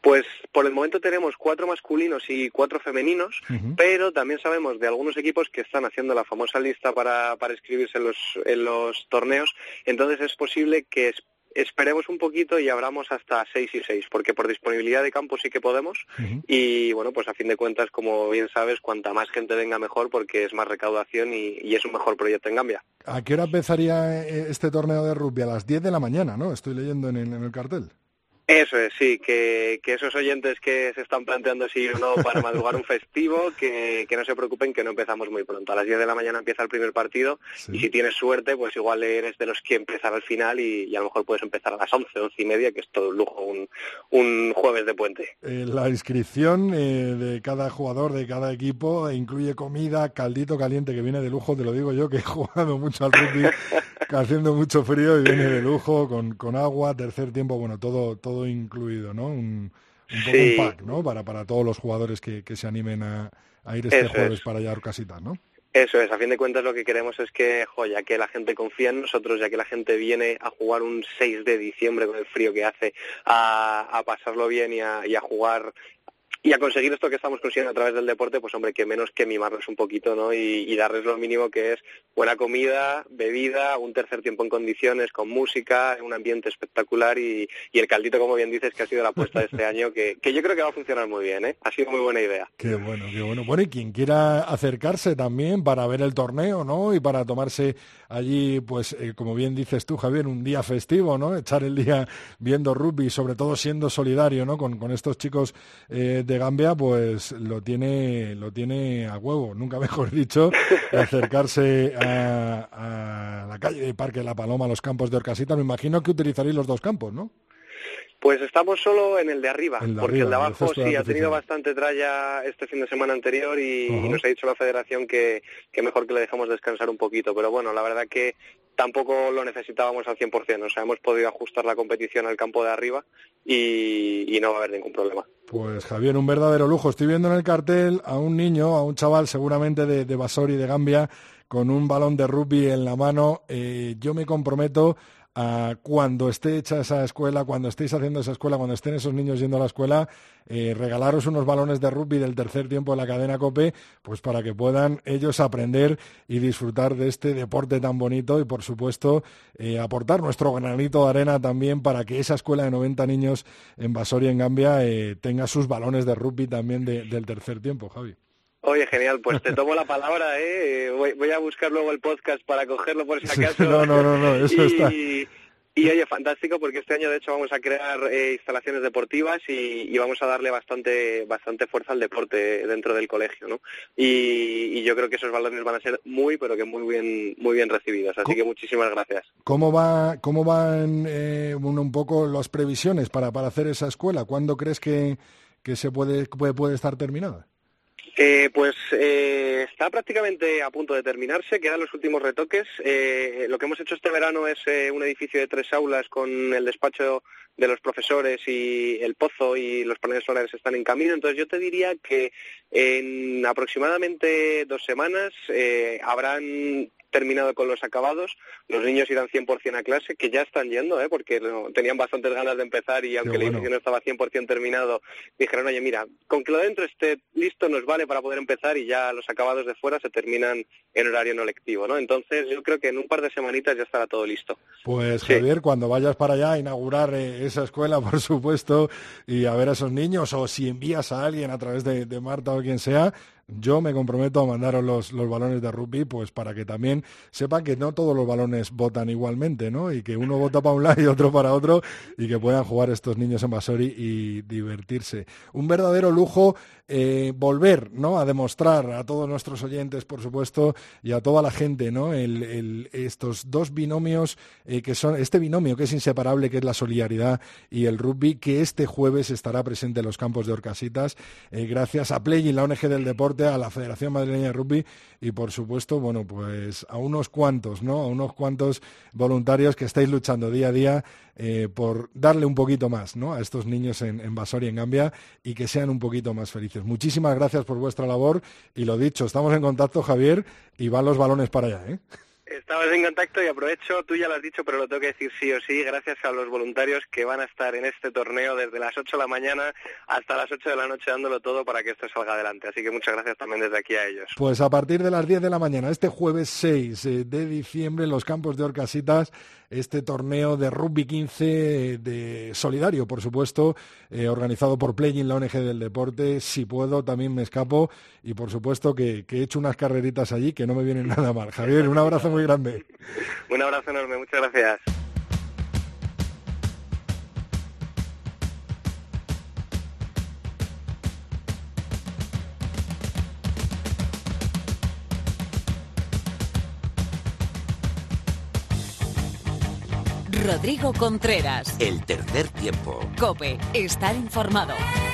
Speaker 7: Pues por el momento tenemos 4 masculinos y 4 femeninos, pero también sabemos de algunos equipos que están haciendo la famosa lista para inscribirse en los torneos, entonces es posible que esperemos un poquito y abramos hasta 6 y 6, porque por disponibilidad de campo sí que podemos, y bueno, pues a fin de cuentas, como bien sabes, cuanta más gente venga mejor, porque es más recaudación y es un mejor proyecto en Gambia.
Speaker 3: ¿A qué hora empezaría este torneo de rugby? A las 10 de la mañana, ¿no? Estoy leyendo en el cartel.
Speaker 7: Eso es, sí, que esos oyentes que se están planteando si ir o no para madrugar un festivo, que no se preocupen, que no empezamos muy pronto. A las 10 de la mañana empieza el primer partido, y si tienes suerte, pues igual eres de los que empezará al final y a lo mejor puedes empezar a las 11, 11 y media, que es todo un lujo, un jueves de puente.
Speaker 3: La inscripción de cada jugador, de cada equipo, incluye comida, caldito caliente, que viene de lujo, te lo digo yo, que he jugado mucho al rugby, haciendo mucho frío, y viene de lujo, con agua, tercer tiempo, bueno, todo incluido, ¿no? Un poco un pack, ¿no? Para todos los jugadores que se animen a ir este jueves para allá a Orcasitas, ¿no?
Speaker 7: Eso es, a fin de cuentas lo que queremos es que, ya que la gente confía en nosotros, ya que la gente viene a jugar un 6 de diciembre con el frío que hace, a pasarlo bien y a jugar y a conseguir esto que estamos consiguiendo a través del deporte, pues hombre, que menos que mimarles un poquito, ¿no? Y darles lo mínimo, que es buena comida, bebida, un tercer tiempo en condiciones, con música, un ambiente espectacular y el caldito, como bien dices, que ha sido la apuesta de este año, que yo creo que va a funcionar muy bien, ¿eh? Ha sido muy buena idea.
Speaker 3: Qué bueno, qué bueno. Bueno, y quien quiera acercarse también para ver el torneo, ¿no? Y para tomarse allí, pues, como bien dices tú, Javier, un día festivo, ¿no? Echar el día viendo rugby, sobre todo siendo solidario, ¿no? Con estos chicos de Gambia, pues lo tiene a huevo, nunca mejor dicho, acercarse a la calle de Parque La Paloma, a los campos de Orcasitas. Me imagino que utilizaréis los 2 campos, ¿no?
Speaker 7: Pues estamos solo en el de arriba, porque el de abajo
Speaker 3: sí
Speaker 7: ha tenido bastante tralla este fin de semana anterior y nos ha dicho la federación que mejor que le dejemos descansar un poquito, pero bueno, la verdad que tampoco lo necesitábamos al 100%, o sea, hemos podido ajustar la competición al campo de arriba y no va a haber ningún problema.
Speaker 3: Pues Javier, un verdadero lujo. Estoy viendo en el cartel a un niño, a un chaval seguramente de Bassori, de Gambia, con un balón de rugby en la mano. Yo me comprometo a, cuando esté hecha esa escuela, cuando estéis haciendo esa escuela, cuando estén esos niños yendo a la escuela, regalaros unos balones de rugby del tercer tiempo de la cadena COPE, pues para que puedan ellos aprender y disfrutar de este deporte tan bonito y, por supuesto, aportar nuestro granito de arena también para que esa escuela de 90 niños en Bassori, en Gambia, tenga sus balones de rugby también del tercer tiempo, Javi.
Speaker 7: Oye, genial, pues te tomo la palabra, voy a buscar luego el podcast para cogerlo por si acaso.
Speaker 3: No, eso está.
Speaker 7: Y oye, fantástico, porque este año de hecho vamos a crear instalaciones deportivas y vamos a darle bastante fuerza al deporte dentro del colegio, ¿no? Y yo creo que esos valores van a ser pero que muy bien recibidos, así que muchísimas gracias.
Speaker 3: ¿Cómo van un poco las previsiones para hacer esa escuela? ¿Cuándo crees que se puede estar terminada?
Speaker 7: Está prácticamente a punto de terminarse, quedan los últimos retoques. Lo que hemos hecho este verano es un edificio de 3 aulas con el despacho de los profesores y el pozo, y los paneles solares están en camino. Entonces yo te diría que en aproximadamente 2 semanas habrán terminado con los acabados, los niños irán 100% a clase, que ya están yendo, porque tenían bastantes ganas de empezar y aunque el edificio no estaba 100% terminado, dijeron, oye, mira, con que lo dentro esté listo nos vale para poder empezar, y ya los acabados de fuera se terminan en horario no lectivo, ¿no? Entonces yo creo que en un par de semanitas ya estará todo listo.
Speaker 3: Pues sí. Javier, cuando vayas para allá a inaugurar esa escuela, por supuesto, y a ver a esos niños, o si envías a alguien a través de Marta o quien sea, yo me comprometo a mandaros los balones de rugby, pues para que también sepan que no todos los balones votan igualmente, ¿no? Y que uno vota para un lado y otro para otro, y que puedan jugar estos niños en Bassori y divertirse. Un verdadero lujo volver, ¿no?, a demostrar a todos nuestros oyentes, por supuesto, y a toda la gente, ¿no?, estos 2 binomios que son, este binomio que es inseparable, que es la solidaridad y el rugby, que este jueves estará presente en los campos de Orcasitas, gracias a Play y la ONG del Deporte, a la Federación Madrileña de Rugby y, por supuesto, bueno, pues a unos cuantos voluntarios que estáis luchando día a día por darle un poquito más, ¿no?, a estos niños en Bassori, en Gambia, y que sean un poquito más felices. Muchísimas gracias por vuestra labor y, lo dicho, estamos en contacto, Javier, y van los balones para allá, ¿eh?
Speaker 7: Estamos en contacto y aprovecho, tú ya lo has dicho, pero lo tengo que decir sí o sí, gracias a los voluntarios que van a estar en este torneo desde las 8 de la mañana hasta las 8 de la noche dándolo todo para que esto salga adelante. Así que muchas gracias también desde aquí a ellos.
Speaker 3: Pues a partir de las 10 de la mañana, este jueves 6 de diciembre, en los campos de Orcasitas, este torneo de rugby 15 de solidario, por supuesto, organizado por Playing, la ONG del deporte. Si puedo, también me escapo y por supuesto que he hecho unas carreritas allí que no me vienen nada mal. Javier, un abrazo muy grande.
Speaker 7: Un abrazo enorme, muchas gracias.
Speaker 1: Rodrigo Contreras.
Speaker 2: El tercer tiempo.
Speaker 1: COPE. Estar informado.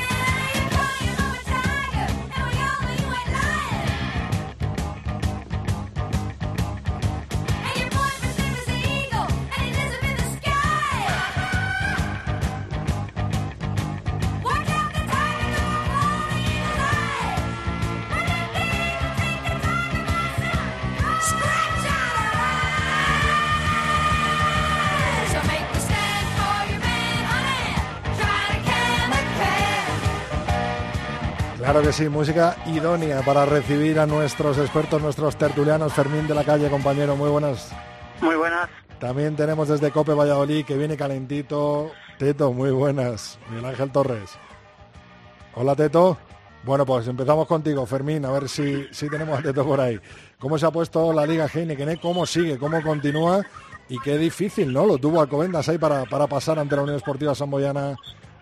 Speaker 3: Claro que sí, música idónea para recibir a nuestros expertos, nuestros tertulianos. Fermín de la Calle, compañero, muy buenas.
Speaker 8: Muy buenas.
Speaker 3: También tenemos desde COPE Valladolid, que viene calentito. Teto, muy buenas. Miguel Ángel Torres. Hola, Teto. Bueno, pues empezamos contigo, Fermín, a ver si tenemos a Teto por ahí. ¿Cómo se ha puesto la Liga Heineken? ¿Cómo sigue? ¿Cómo continúa? Y qué difícil, ¿no? Lo tuvo Alcobendas ahí para pasar ante la Unión Esportiva Samboyana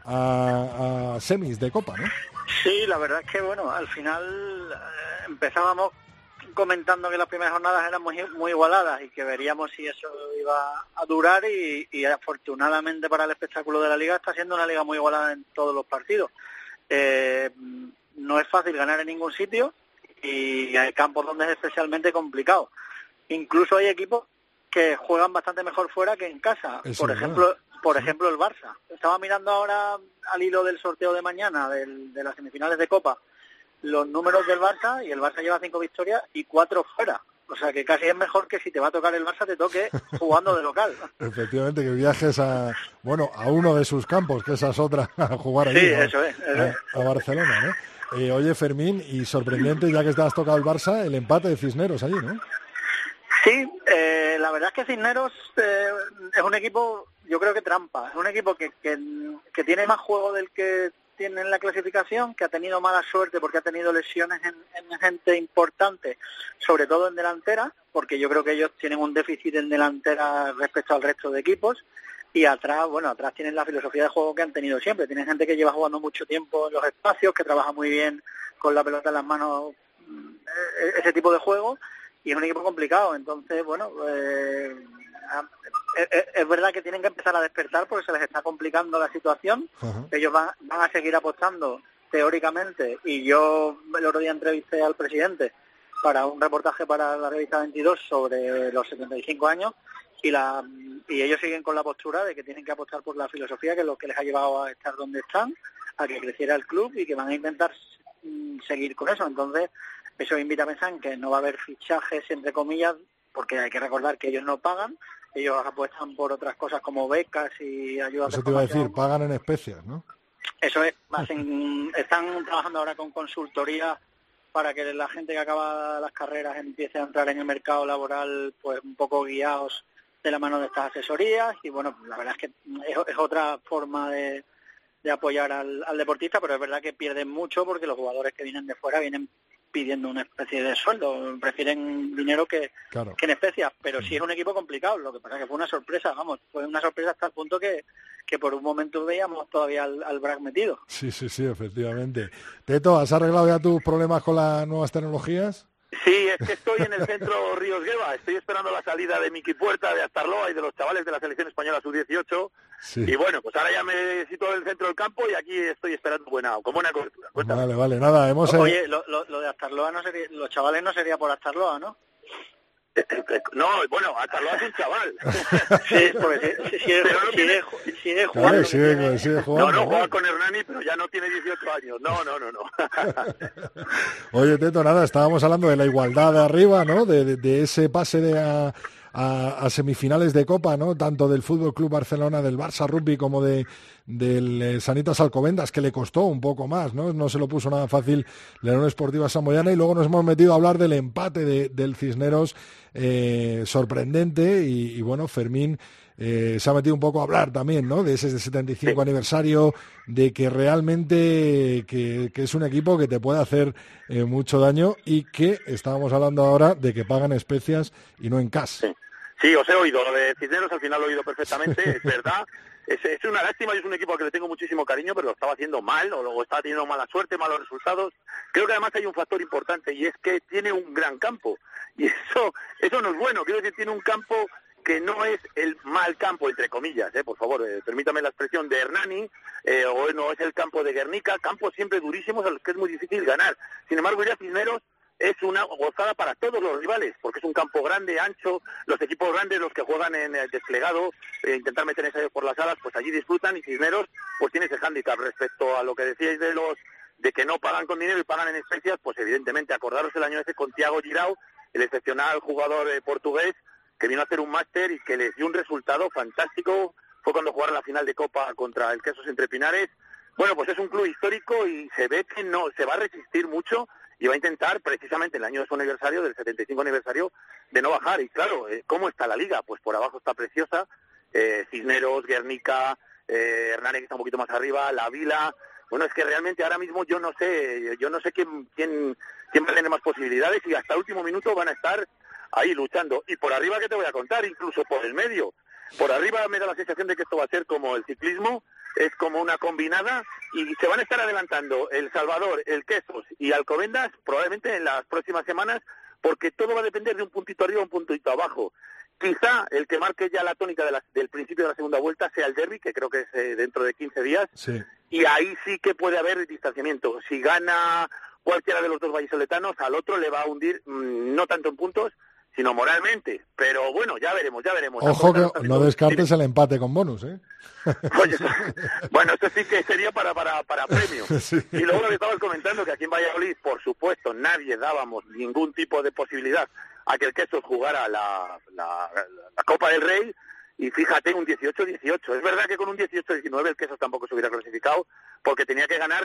Speaker 3: a semis de Copa, ¿no?
Speaker 8: Sí, la verdad es que, bueno, al final empezábamos comentando que las primeras jornadas eran muy igualadas y que veríamos si eso iba a durar y afortunadamente para el espectáculo de la Liga está siendo una Liga muy igualada en todos los partidos. No es fácil ganar en ningún sitio y hay campos donde es especialmente complicado. Incluso hay equipos que juegan bastante mejor fuera que en casa. Por ejemplo, el Barça. Estaba mirando ahora al hilo del sorteo de mañana de las semifinales de Copa los números del Barça y el Barça lleva 5 victorias y 4 fuera. O sea que casi es mejor que si te va a tocar el Barça te toque jugando de local.
Speaker 3: Efectivamente, que viajes a uno de sus campos, que esa es otra, a jugar allí.
Speaker 8: Sí, eso es.
Speaker 3: A Barcelona, ¿no? Oye, Fermín, y sorprendente, ya que te has tocado el Barça, el empate de Cisneros allí, ¿no?
Speaker 8: Sí, la verdad es que Cisneros es un equipo, yo creo que trampa. Es un equipo que tiene más juego del que tiene en la clasificación, que ha tenido mala suerte porque ha tenido lesiones en gente importante, sobre todo en delantera, porque yo creo que ellos tienen un déficit en delantera respecto al resto de equipos. Y atrás tienen la filosofía de juego que han tenido siempre. Tienen gente que lleva jugando mucho tiempo en los espacios, que trabaja muy bien con la pelota en las manos, ese tipo de juego. Y es un equipo complicado, entonces, bueno, es verdad que tienen que empezar a despertar porque se les está complicando la situación. Uh-huh. Ellos van a seguir apostando teóricamente, y yo el otro día entrevisté al presidente para un reportaje para la revista 22 sobre los 75 años, y ellos siguen con la postura de que tienen que apostar por la filosofía, que es lo que les ha llevado a estar donde están, a que creciera el club, y que van a intentar seguir con eso. Entonces, eso invita a pensar en que no va a haber fichajes, entre comillas, porque hay que recordar que ellos no pagan, ellos apuestan por otras cosas como becas y ayudas.
Speaker 3: Eso te iba a decir, pagan en especias, ¿no?
Speaker 8: Eso es, están trabajando ahora con consultoría para que la gente que acaba las carreras empiece a entrar en el mercado laboral, pues un poco guiados de la mano de estas asesorías. Y bueno, la verdad es que es otra forma de apoyar al deportista, pero es verdad que pierden mucho porque los jugadores que vienen de fuera vienen pidiendo una especie de sueldo, prefieren dinero que en especias, pero sí es un equipo complicado. Lo que pasa es que fue una sorpresa, fue una sorpresa hasta el punto que por un momento veíamos todavía al BRAC metido.
Speaker 3: Sí, efectivamente. Teto, ¿has arreglado ya tus problemas con las nuevas tecnologías?
Speaker 9: Sí, es que estoy en el centro Ríos Gueva, estoy esperando la salida de Miki Puerta, de Astarloa y de los chavales de la selección española sub-18. Sí. Y bueno, pues ahora ya me sitúo en el centro del campo y aquí estoy esperando con buena cobertura. Cuéntame.
Speaker 3: Vale, nada,
Speaker 8: Oye, lo de Astarloa no sería, los chavales no sería por Astarloa, ¿no?
Speaker 9: No, bueno, Astarloa es un chaval.
Speaker 8: Sí, porque sigue jugando.
Speaker 3: Sigue jugando.
Speaker 9: No, juega con Hernani, pero ya no tiene 18 años. No.
Speaker 3: Oye, Teto, nada, estábamos hablando de la igualdad de arriba, ¿no? De ese pase a semifinales de Copa, ¿no? Tanto del Fútbol Club Barcelona, del Barça Rugby, como del Sanitas Alcobendas, que le costó un poco más, ¿no? No se lo puso nada fácil la Unión Esportiva Samboyana, y luego nos hemos metido a hablar del empate del Cisneros, sorprendente, y bueno, Fermín se ha metido un poco a hablar también, ¿no? De ese 75 aniversario, de que realmente que es un equipo que te puede hacer mucho daño, y que estábamos hablando ahora de que pagan especias y no en cash.
Speaker 9: Sí, os he oído. Lo de Cisneros al final lo he oído perfectamente, es verdad. Es una lástima, y es un equipo al que le tengo muchísimo cariño, pero lo estaba haciendo mal, o luego estaba teniendo mala suerte, malos resultados. Creo que además hay un factor importante, y es que tiene un gran campo, y eso no es bueno. Quiero decir, tiene un campo que no es el mal campo, entre comillas, por favor, permítame la expresión, de Hernani, o no es el campo de Guernica, campos siempre durísimos a los que es muy difícil ganar. Sin embargo, ir a Cisneros es una gozada para todos los rivales, porque es un campo grande, ancho, los equipos grandes, los que juegan en el desplegado, intentar meter ensayos por las alas, pues allí disfrutan, y Cisneros pues tiene ese hándicap. Respecto a lo que decíais de que no pagan con dinero y pagan en especias, pues evidentemente acordaros el año ese con Thiago Girau, el excepcional jugador portugués, que vino a hacer un máster y que les dio un resultado fantástico. Fue cuando jugaron la final de Copa contra el Quesos Entre Pinares. Bueno, pues es un club histórico, y se ve que no se va a resistir mucho, y va a intentar, precisamente en el año de su aniversario, del 75 aniversario, de no bajar. Y claro, ¿cómo está la liga? Pues por abajo está preciosa, Cisneros, Guernica, Hernani, que está un poquito más arriba, La Vila. Bueno, es que realmente ahora mismo yo no sé quién va a tener más posibilidades, y hasta el último minuto van a estar ahí luchando. Y por arriba, ¿qué te voy a contar? Incluso por el medio. Por arriba me da la sensación de que esto va a ser como el ciclismo, es como una combinada, y se van a estar adelantando El Salvador, el Quesos y Alcobendas probablemente en las próximas semanas, porque todo va a depender de un puntito arriba, un puntito abajo. Quizá el que marque ya la tónica del principio de la segunda vuelta sea el derbi, que creo que es dentro de 15 días, sí. Y ahí sí que puede haber distanciamiento. Si gana cualquiera de los dos vallisoletanos, al otro le va a hundir, no tanto en puntos, sino moralmente. Pero bueno, ya veremos.
Speaker 3: Ojo que no descartes el empate con bonus, ¿eh?
Speaker 9: Oye, bueno, eso sí que sería para premio. Sí. Y luego le estabas comentando que aquí en Valladolid, por supuesto, nadie dábamos ningún tipo de posibilidad a que el Quesos jugara la Copa del Rey, y fíjate, un 18-18. Es verdad que con un 18-19 el Quesos tampoco se hubiera clasificado, porque tenía que ganar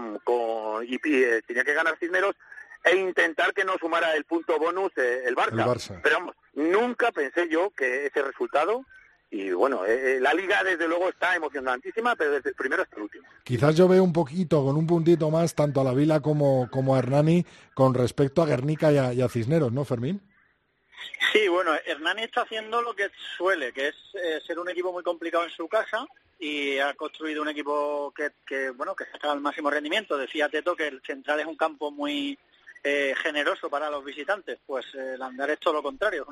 Speaker 9: tenía que ganar Cisneros, e intentar que no sumara el punto bonus el Barça. Pero vamos, nunca pensé yo que ese resultado, y bueno, la liga desde luego está emocionantísima, pero desde el primero hasta el último.
Speaker 3: Quizás yo veo un poquito, con un puntito más, tanto a La Vila como a Hernani, con respecto a Guernica y a Cisneros, ¿no, Fermín?
Speaker 8: Sí, bueno, Hernani está haciendo lo que suele, que es ser un equipo muy complicado en su casa, y ha construido un equipo que saca al máximo rendimiento. Decía Teto que el Central es un campo muy generoso para los visitantes. Pues el Andar es todo lo contrario,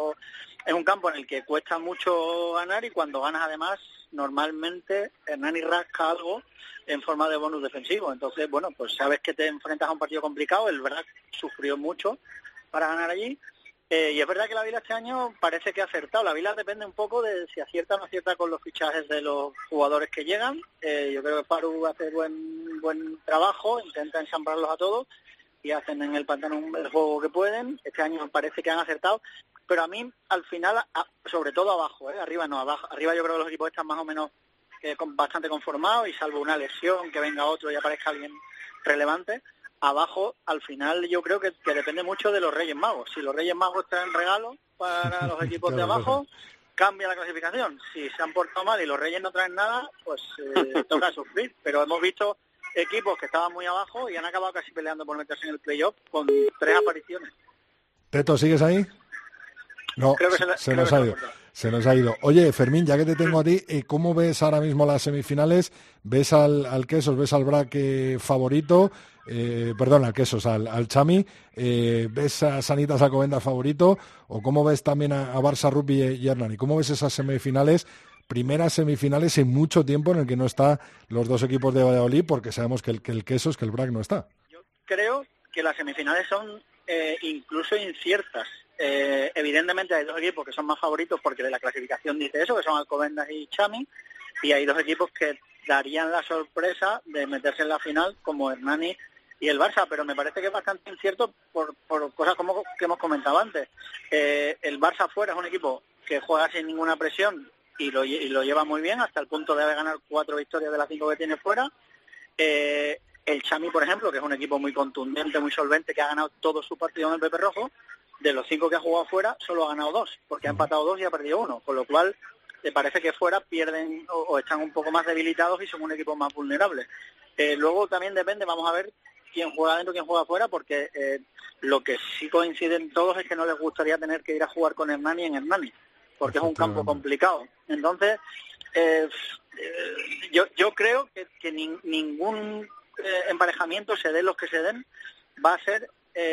Speaker 8: es un campo en el que cuesta mucho ganar, y cuando ganas además normalmente Hernani rasca algo en forma de bonus defensivo. Entonces, bueno, pues sabes que te enfrentas a un partido complicado. El Brac sufrió mucho para ganar allí, y es verdad que la Vila este año parece que ha acertado. La Vila depende un poco de si acierta o no acierta con los fichajes de los jugadores que llegan. Yo creo que Paru hace buen trabajo, intenta ensamblarlos a todos, y hacen en el pantano el juego que pueden. Este año parece que han acertado, pero a mí al final, sobre todo abajo, arriba no, abajo. Arriba yo creo que los equipos están más o menos bastante conformados, y salvo una lesión, que venga otro y aparezca alguien relevante. Abajo, al final, yo creo que depende mucho de los Reyes Magos. Si los Reyes Magos traen regalos para los equipos de abajo, cambia la clasificación. Si se han portado mal y los Reyes no traen nada, pues toca sufrir. Pero hemos visto equipos que estaban muy abajo y han acabado casi peleando por meterse en el playoff con 3 apariciones.
Speaker 3: Teto, ¿sigues ahí? No, creo que se nos ha ido. Se nos ha ido. Oye, Fermín, ya que te tengo a ti, ¿cómo ves ahora mismo las semifinales? ¿Ves al Quesos, ves al Brac favorito? Al Quesos, al Chami. ¿Ves a Sanitas Alcobendas favorito? ¿O cómo ves también a Barça Rugby y Hernani? ¿Cómo ves esas semifinales? Primeras semifinales en mucho tiempo en el que no están los dos equipos de Valladolid, porque sabemos que el Quesos, que el Brac no está.
Speaker 8: Yo creo que las semifinales son incluso inciertas. Evidentemente hay dos equipos que son más favoritos, porque de la clasificación dice eso, que son Alcobendas y Chami, y hay dos equipos que darían la sorpresa de meterse en la final como Hernani y el Barça, pero me parece que es bastante incierto por cosas como que hemos comentado antes. El Barça fuera es un equipo que juega sin ninguna presión y lo lleva muy bien, hasta el punto de ganar 4 victorias de las 5 que tiene fuera. El Chami, por ejemplo, que es un equipo muy contundente, muy solvente, que ha ganado todos sus partidos en el Pepe Rojo, de los 5 que ha jugado fuera, solo ha ganado 2, porque ha empatado 2 y ha perdido 1, con lo cual te parece que fuera pierden o están un poco más debilitados y son un equipo más vulnerable. Luego también depende, vamos a ver quién juega dentro, quién juega fuera, porque lo que sí coinciden todos es que no les gustaría tener que ir a jugar con Hernani en Hernani, porque es un campo complicado. Entonces, yo creo que ningún emparejamiento, se den los que se den, va a ser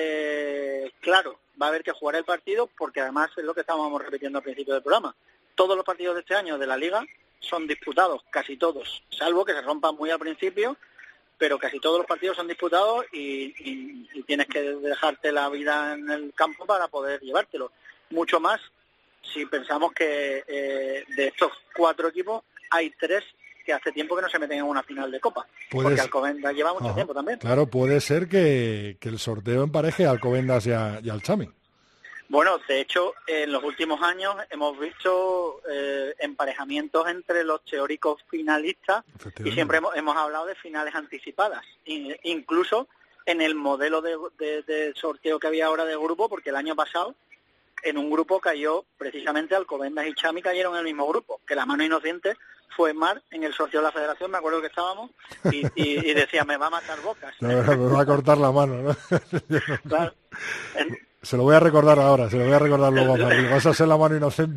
Speaker 8: claro, va a haber que jugar el partido, porque además es lo que estábamos repitiendo al principio del programa. Todos los partidos de este año de la Liga son disputados, casi todos, salvo que se rompan muy al principio, pero casi todos los partidos son disputados y tienes que dejarte la vida en el campo para poder llevártelo. Mucho más si pensamos que de estos 4 equipos hay 3 que hace tiempo que no se meten en una final de Copa, porque Alcobendas lleva mucho tiempo también.
Speaker 3: Claro, puede ser que el sorteo empareje a Alcobendas y al Chami.
Speaker 8: Bueno, de hecho, en los últimos años hemos visto emparejamientos entre los teóricos finalistas y siempre hemos hablado de finales anticipadas, incluso en el modelo de sorteo que había ahora de grupo, porque el año pasado en un grupo cayó precisamente Alcobendas y Chami, cayeron en el mismo grupo, que la mano inocente fue Mar en el sorteo de la Federación, me acuerdo que estábamos, y decía, me va a matar Bocas.
Speaker 3: No, me va a cortar la mano, ¿no?
Speaker 8: Claro.
Speaker 3: Se lo voy a recordar ahora, luego a Martín, vas a ser la mano inocente.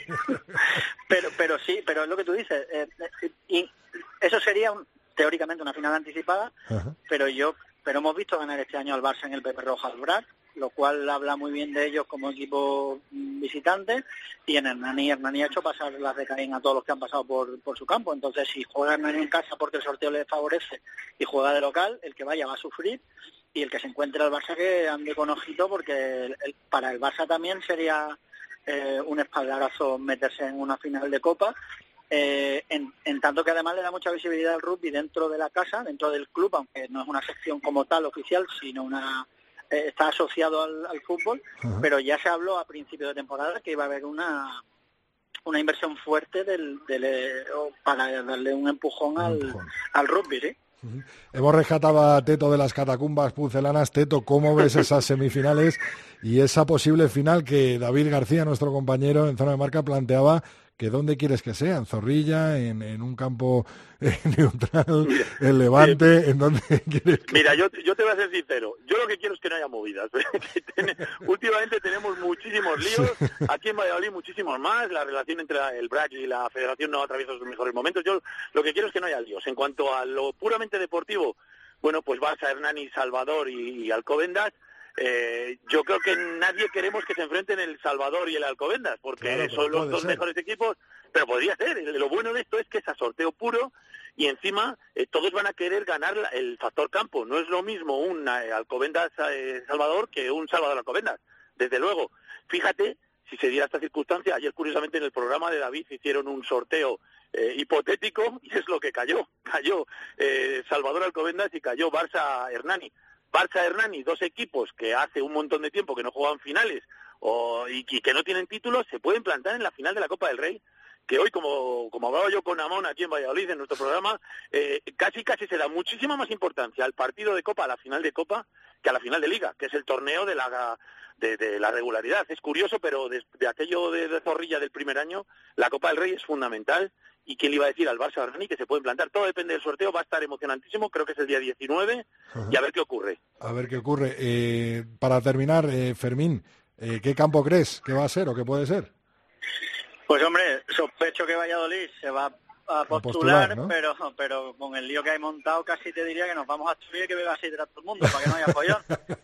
Speaker 8: Pero sí, pero es lo que tú dices, y eso sería teóricamente una final anticipada, pero hemos visto ganar este año al Barça en el Pepe Rojo al Brac, lo cual habla muy bien de ellos como equipo visitante, y en Hernani ha hecho pasar las de Caín a todos los que han pasado por su campo. Entonces, si juega Hernani en casa porque el sorteo le favorece y juega de local, el que vaya va a sufrir, y el que se encuentre al Barça que ande con ojito, porque para el Barça también sería un espaldarazo meterse en una final de Copa, en tanto que además le da mucha visibilidad al rugby dentro de la casa, dentro del club, aunque no es una sección como tal oficial, sino está asociado al fútbol, pero ya se habló a principio de temporada que iba a haber una inversión fuerte para darle un empujón al rugby, ¿sí?
Speaker 3: Hemos rescatado a Teto de las catacumbas pucelanas. Teto, ¿cómo ves esas semifinales y esa posible final que David García, nuestro compañero en Zona de Marca, planteaba? Que ¿dónde quieres que sea? ¿En Zorrilla? ¿En un campo neutral? ¿En Levante? ¿En dónde quieres que...
Speaker 9: Mira, yo te voy a ser sincero. Yo lo que quiero es que no haya movidas. Últimamente tenemos muchísimos líos. Aquí en Valladolid muchísimos más. La relación entre el BRAC y la Federación no atraviesa sus mejores momentos. Yo lo que quiero es que no haya líos. En cuanto a lo puramente deportivo, bueno, pues Barça, Hernani, Salvador y Alcobendas. Yo creo que nadie queremos que se enfrenten el Salvador y el Alcobendas, porque claro, son los dos mejores equipos, pero podría ser. Lo bueno de esto es que es a sorteo puro y encima todos van a querer ganar el factor campo. No es lo mismo un Alcobendas Salvador que un Salvador Alcobendas, desde luego. Fíjate, si se diera esta circunstancia, ayer curiosamente en el programa de David hicieron un sorteo hipotético y es lo que cayó Salvador Alcobendas y cayó Barça Hernani. Barça-Hernani, 2 equipos que hace un montón de tiempo que no juegan finales y que no tienen títulos, se pueden plantar en la final de la Copa del Rey, que hoy, como hablaba yo con Amón aquí en Valladolid, en nuestro programa, casi se da muchísima más importancia al partido de Copa, a la final de Copa, que a la final de Liga, que es el torneo de la regularidad. Es curioso, pero de aquello de Zorrilla del primer año, la Copa del Rey es fundamental. ¿Y quién le iba a decir al Barça Hernani que se pueden plantar? Todo depende del sorteo, va a estar emocionantísimo, creo que es el día 19, y a ver qué ocurre.
Speaker 3: A ver qué ocurre. Para terminar, Fermín, ¿qué campo crees que va a ser o que puede ser?
Speaker 8: Pues hombre, sospecho que Valladolid se va a postular,
Speaker 3: ¿no?
Speaker 8: pero con el lío que hay montado casi te diría que nos vamos a subir y que beba así de todo el mundo, para que no haya follón.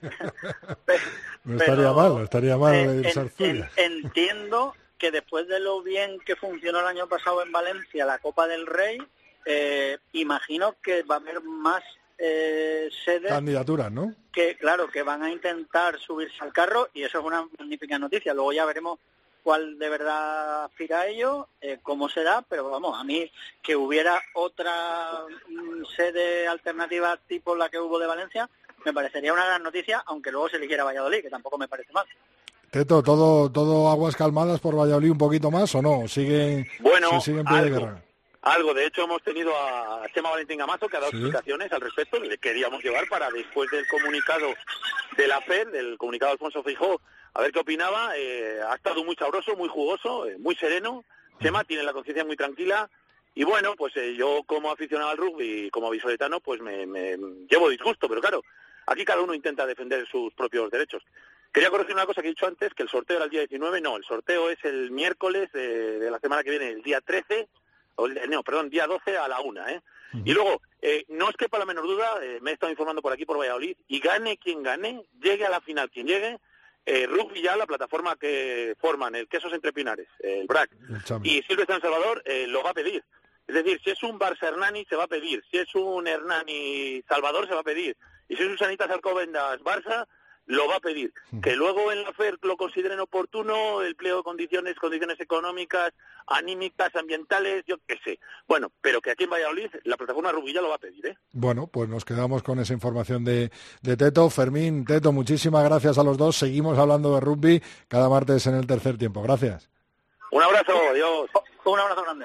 Speaker 3: No estaría mal irse Asturias.
Speaker 8: Entiendo que después de lo bien que funcionó el año pasado en Valencia la Copa del Rey, imagino que va a haber más sedes,
Speaker 3: candidaturas, ¿no?
Speaker 8: Que claro, que van a intentar subirse al carro, y eso es una magnífica noticia. Luego ya veremos cuál de verdad aspira a ello, cómo será, pero vamos, a mí que hubiera otra sede alternativa tipo la que hubo de Valencia, me parecería una gran noticia, aunque luego se eligiera Valladolid, que tampoco me parece mal.
Speaker 3: Teto, ¿todo aguas calmadas por Valladolid un poquito más o no? ¿Siguen en pie de guerra?
Speaker 9: Algo, de hecho hemos tenido a Chema Valentín Gamazo que ha dado explicaciones al respecto, le queríamos llevar para después del comunicado de la FED, del comunicado de Alfonso Feijóo, a ver qué opinaba. Ha estado muy sabroso, muy jugoso, muy sereno. Chema tiene la conciencia muy tranquila y bueno, pues yo como aficionado al rugby y como visoletano pues me llevo disgusto, pero claro, aquí cada uno intenta defender sus propios derechos. Quería corregir una cosa que he dicho antes, que el sorteo era el día 19, no, el sorteo es el miércoles de la semana que viene, el día 13, día 12 a la 1, ¿eh? Uh-huh. Y luego, no os quepa la menor duda, me he estado informando por aquí, por Valladolid, y gane quien gane, llegue a la final quien llegue, Rugby Ya, la plataforma que forman el Quesos Entre Pinares, el BRAC, y Silvestre San Salvador, lo va a pedir. Es decir, si es un Barça Hernani, se va a pedir. Si es un Hernani Salvador, se va a pedir. Y si es un Sanitas Alcobendas Barça, lo va a pedir. Que luego en la FER lo consideren oportuno, el pliego de condiciones económicas, anímicas, ambientales, yo qué sé. Bueno, pero que aquí en Valladolid la plataforma Rugby Ya lo va a pedir, ¿eh?
Speaker 3: Bueno, pues nos quedamos con esa información de Teto. Fermín, Teto, muchísimas gracias a los dos. Seguimos hablando de rugby cada martes en el tercer tiempo. Gracias.
Speaker 9: Un abrazo, adiós.
Speaker 8: Un abrazo grande.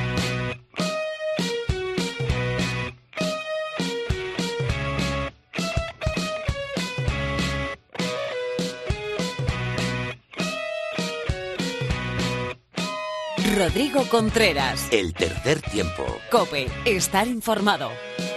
Speaker 1: Rodrigo Contreras.
Speaker 2: El tercer tiempo.
Speaker 1: COPE. Estar informado.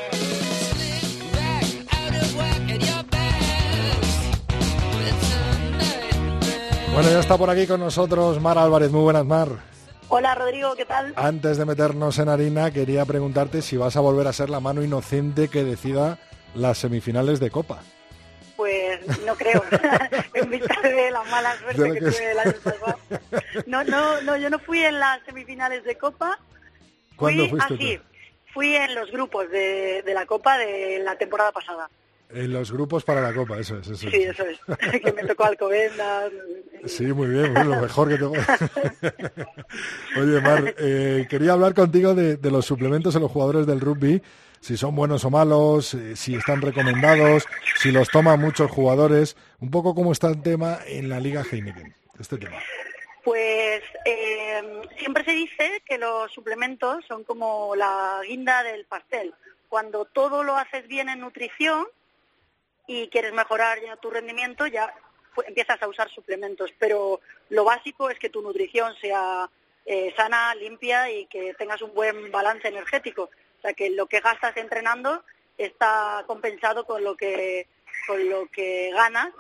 Speaker 3: Bueno, ya está por aquí con nosotros Mar Álvarez. Muy buenas, Mar.
Speaker 10: Hola, Rodrigo, ¿qué tal?
Speaker 3: Antes de meternos en harina, quería preguntarte si vas a volver a ser la mano inocente que decida las semifinales de Copa.
Speaker 10: Pues no creo, en vista de la mala suerte que tuve el año pasado. No, yo no fui en las semifinales de Copa.
Speaker 3: ¿Cuándo fuiste tú?
Speaker 10: Fui en los grupos de la Copa de la temporada pasada.
Speaker 3: En los grupos para la Copa, eso es.
Speaker 10: Sí, eso es, que me tocó Alcobendas.
Speaker 3: Sí, muy bien, lo mejor que te puede. Oye, Mar, quería hablar contigo de los suplementos en los jugadores del rugby. Si son buenos o malos, si están recomendados, si los toman muchos jugadores, un poco cómo está el tema en la Liga Heineken, este tema.
Speaker 10: Pues siempre se dice que los suplementos son como la guinda del pastel. Cuando todo lo haces bien en nutrición y quieres mejorar ya tu rendimiento, ya empiezas a usar suplementos. Pero lo básico es que tu nutrición sea sana, limpia y que tengas un buen balance energético. O sea, que lo que gastas entrenando está compensado con lo que ganas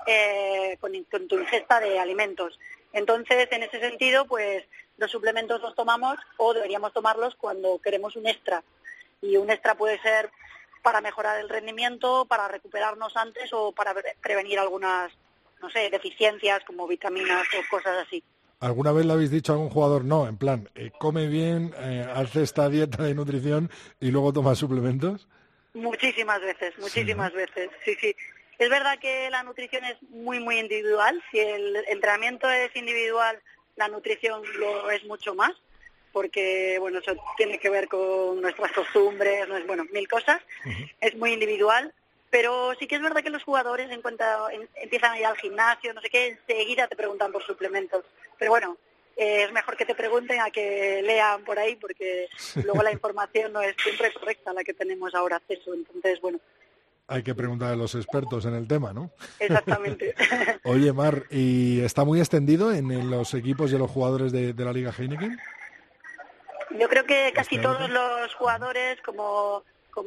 Speaker 10: con tu ingesta de alimentos. Entonces, en ese sentido, pues los suplementos los tomamos o deberíamos tomarlos cuando queremos un extra. Y un extra puede ser para mejorar el rendimiento, para recuperarnos antes o para prevenir algunas, deficiencias como vitaminas o cosas así.
Speaker 3: ¿Alguna vez le habéis dicho a algún jugador, no, en plan, come bien, hace esta dieta de nutrición y luego toma suplementos?
Speaker 10: Muchísimas veces, sí. Es verdad que la nutrición es muy, muy individual. Si el entrenamiento es individual, la nutrición lo es mucho más, porque, bueno, eso tiene que ver con nuestras costumbres, mil cosas. Uh-huh. Es muy individual. Pero sí que es verdad que los jugadores, en cuanto empiezan a ir al gimnasio, enseguida te preguntan por suplementos. Pero bueno, es mejor que te pregunten a que lean por ahí, porque luego la información no es siempre correcta la que tenemos ahora acceso. Entonces, bueno.
Speaker 3: Hay que preguntar a los expertos en el tema, ¿no?
Speaker 10: Exactamente.
Speaker 3: Oye, Mar, ¿y está muy extendido en los equipos y en los jugadores de la Liga Heineken?
Speaker 10: Yo creo que casi todos los jugadores, como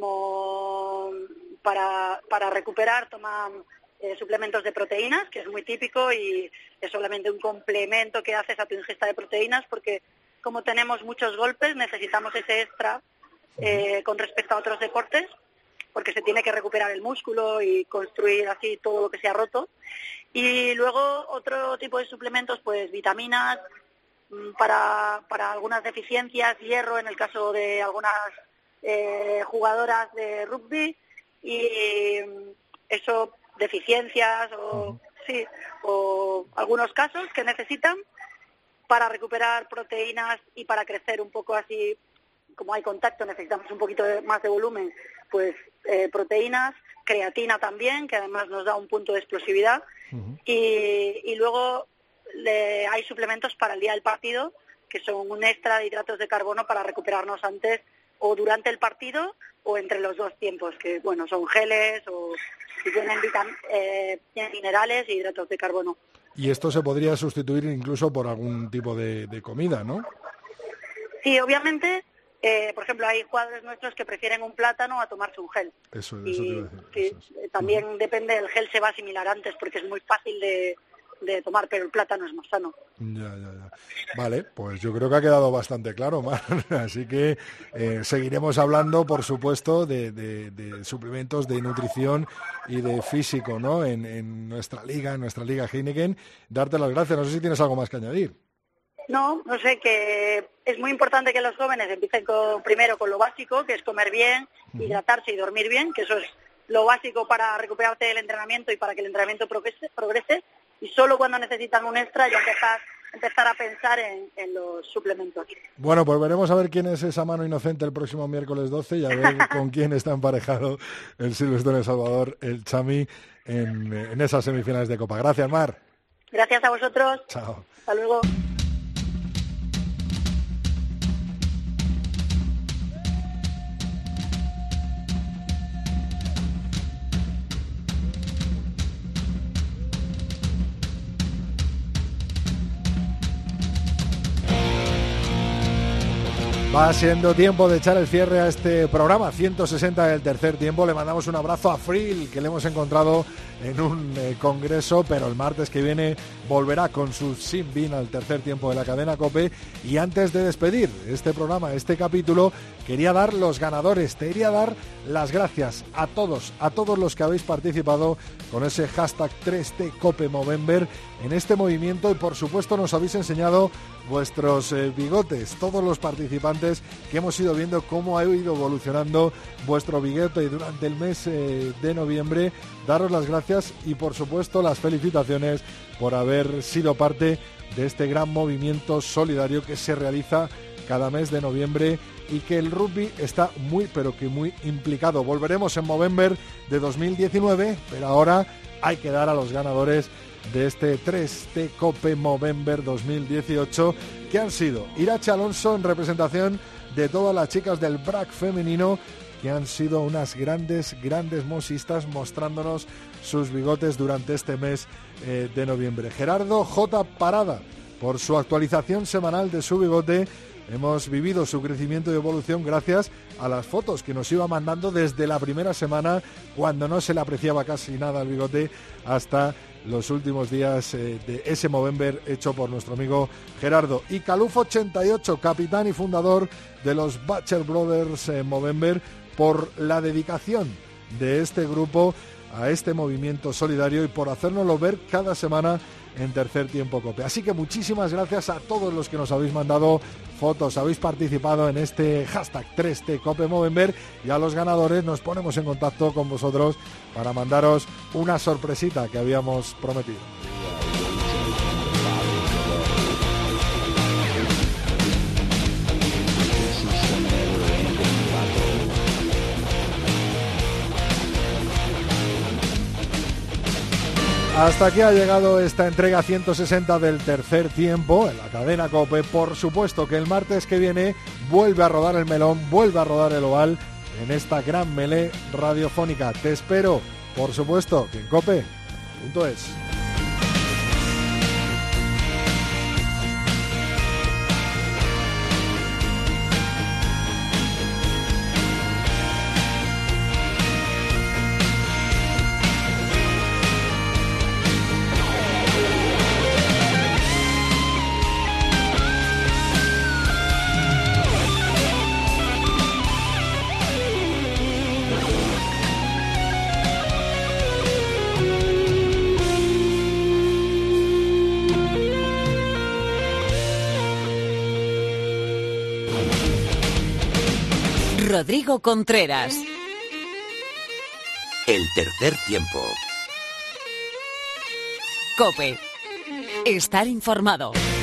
Speaker 10: para recuperar, toman suplementos de proteínas, que es muy típico y es solamente un complemento que haces a tu ingesta de proteínas, porque como tenemos muchos golpes necesitamos ese extra con respecto a otros deportes, porque se tiene que recuperar el músculo y construir así todo lo que se ha roto. Y luego otro tipo de suplementos, pues vitaminas para algunas deficiencias, hierro en el caso de algunas jugadoras de rugby, y eso, deficiencias o algunos casos que necesitan, para recuperar proteínas y para crecer un poco así, como hay contacto, necesitamos un poquito más de volumen, pues proteínas, creatina también, que además nos da un punto de explosividad, y luego hay suplementos para el día del partido, que son un extra de hidratos de carbono para recuperarnos antes o durante el partido o entre los dos tiempos, que bueno, son geles o si tienen minerales y hidratos de carbono.
Speaker 3: Y esto se podría sustituir incluso por algún tipo de comida, ¿no?
Speaker 10: Sí, obviamente. Por ejemplo, hay jugadores nuestros que prefieren un plátano a tomarse un gel.
Speaker 3: Eso te iba a decir.
Speaker 10: También depende, el gel se va a asimilar antes porque es muy fácil de tomar, pero el plátano es más sano.
Speaker 3: Ya. Vale, pues yo creo que ha quedado bastante claro, Mar. Así que seguiremos hablando, por supuesto, de suplementos, de nutrición y de físico, ¿no? En nuestra liga Heineken. Darte las gracias. No sé si tienes algo más que añadir.
Speaker 10: No sé, que es muy importante que los jóvenes empiecen primero con lo básico, que es comer bien, hidratarse y dormir bien, que eso es lo básico para recuperarte del entrenamiento y para que el entrenamiento progrese, y solo cuando necesitan un extra ya empezar a pensar en los suplementos. Bueno,
Speaker 3: pues veremos a ver quién es esa mano inocente el próximo miércoles 12 y a ver con quién está emparejado el Silvestre de Salvador, el Chami, en esas semifinales de Copa. Gracias, Mar.
Speaker 10: Gracias a vosotros.
Speaker 3: Chao.
Speaker 10: Hasta luego.
Speaker 3: Va siendo tiempo de echar el cierre a este programa 160 del tercer tiempo. Le mandamos un abrazo a Frill, que le hemos encontrado en un congreso, pero el martes que viene volverá con su Sin Bin al tercer tiempo de la cadena COPE. Y antes de despedir este programa, este capítulo, quería dar los ganadores, quería dar las gracias a todos los que habéis participado con ese hashtag 3TCopeMovember en este movimiento, y por supuesto nos habéis enseñado vuestros bigotes, todos los participantes que hemos ido viendo cómo ha ido evolucionando vuestro bigote durante el mes de noviembre. Daros las gracias y por supuesto las felicitaciones por haber sido parte de este gran movimiento solidario que se realiza cada mes de noviembre y que el rugby está muy pero que muy implicado. Volveremos en Movember de 2019, pero ahora hay que dar a los ganadores de este 3T Cope Movember 2018, que han sido Irache Alonso en representación de todas las chicas del BRAC femenino, que han sido unas grandes mosistas mostrándonos sus bigotes durante este mes de noviembre. Gerardo J. Parada, por su actualización semanal de su bigote. Hemos vivido su crecimiento y evolución gracias a las fotos que nos iba mandando desde la primera semana, cuando no se le apreciaba casi nada el bigote, hasta los últimos días de ese Movember hecho por nuestro amigo Gerardo. Y Caluf88, capitán y fundador de los Butcher Brothers Movember, por la dedicación de este grupo a este movimiento solidario y por hacérnoslo ver cada semana en Tercer Tiempo Cope. Así que muchísimas gracias a todos los que nos habéis mandado fotos, habéis participado en este hashtag 3T Cope Movember, y a los ganadores nos ponemos en contacto con vosotros para mandaros una sorpresita que habíamos prometido. Hasta aquí ha llegado esta entrega 160 del tercer tiempo en la cadena COPE. Por supuesto que el martes que viene vuelve a rodar el melón, vuelve a rodar el oval en esta gran melé radiofónica. Te espero, por supuesto, que en cope.es.
Speaker 1: Rodrigo Contreras.
Speaker 2: El tercer tiempo.
Speaker 1: COPE. Estar informado.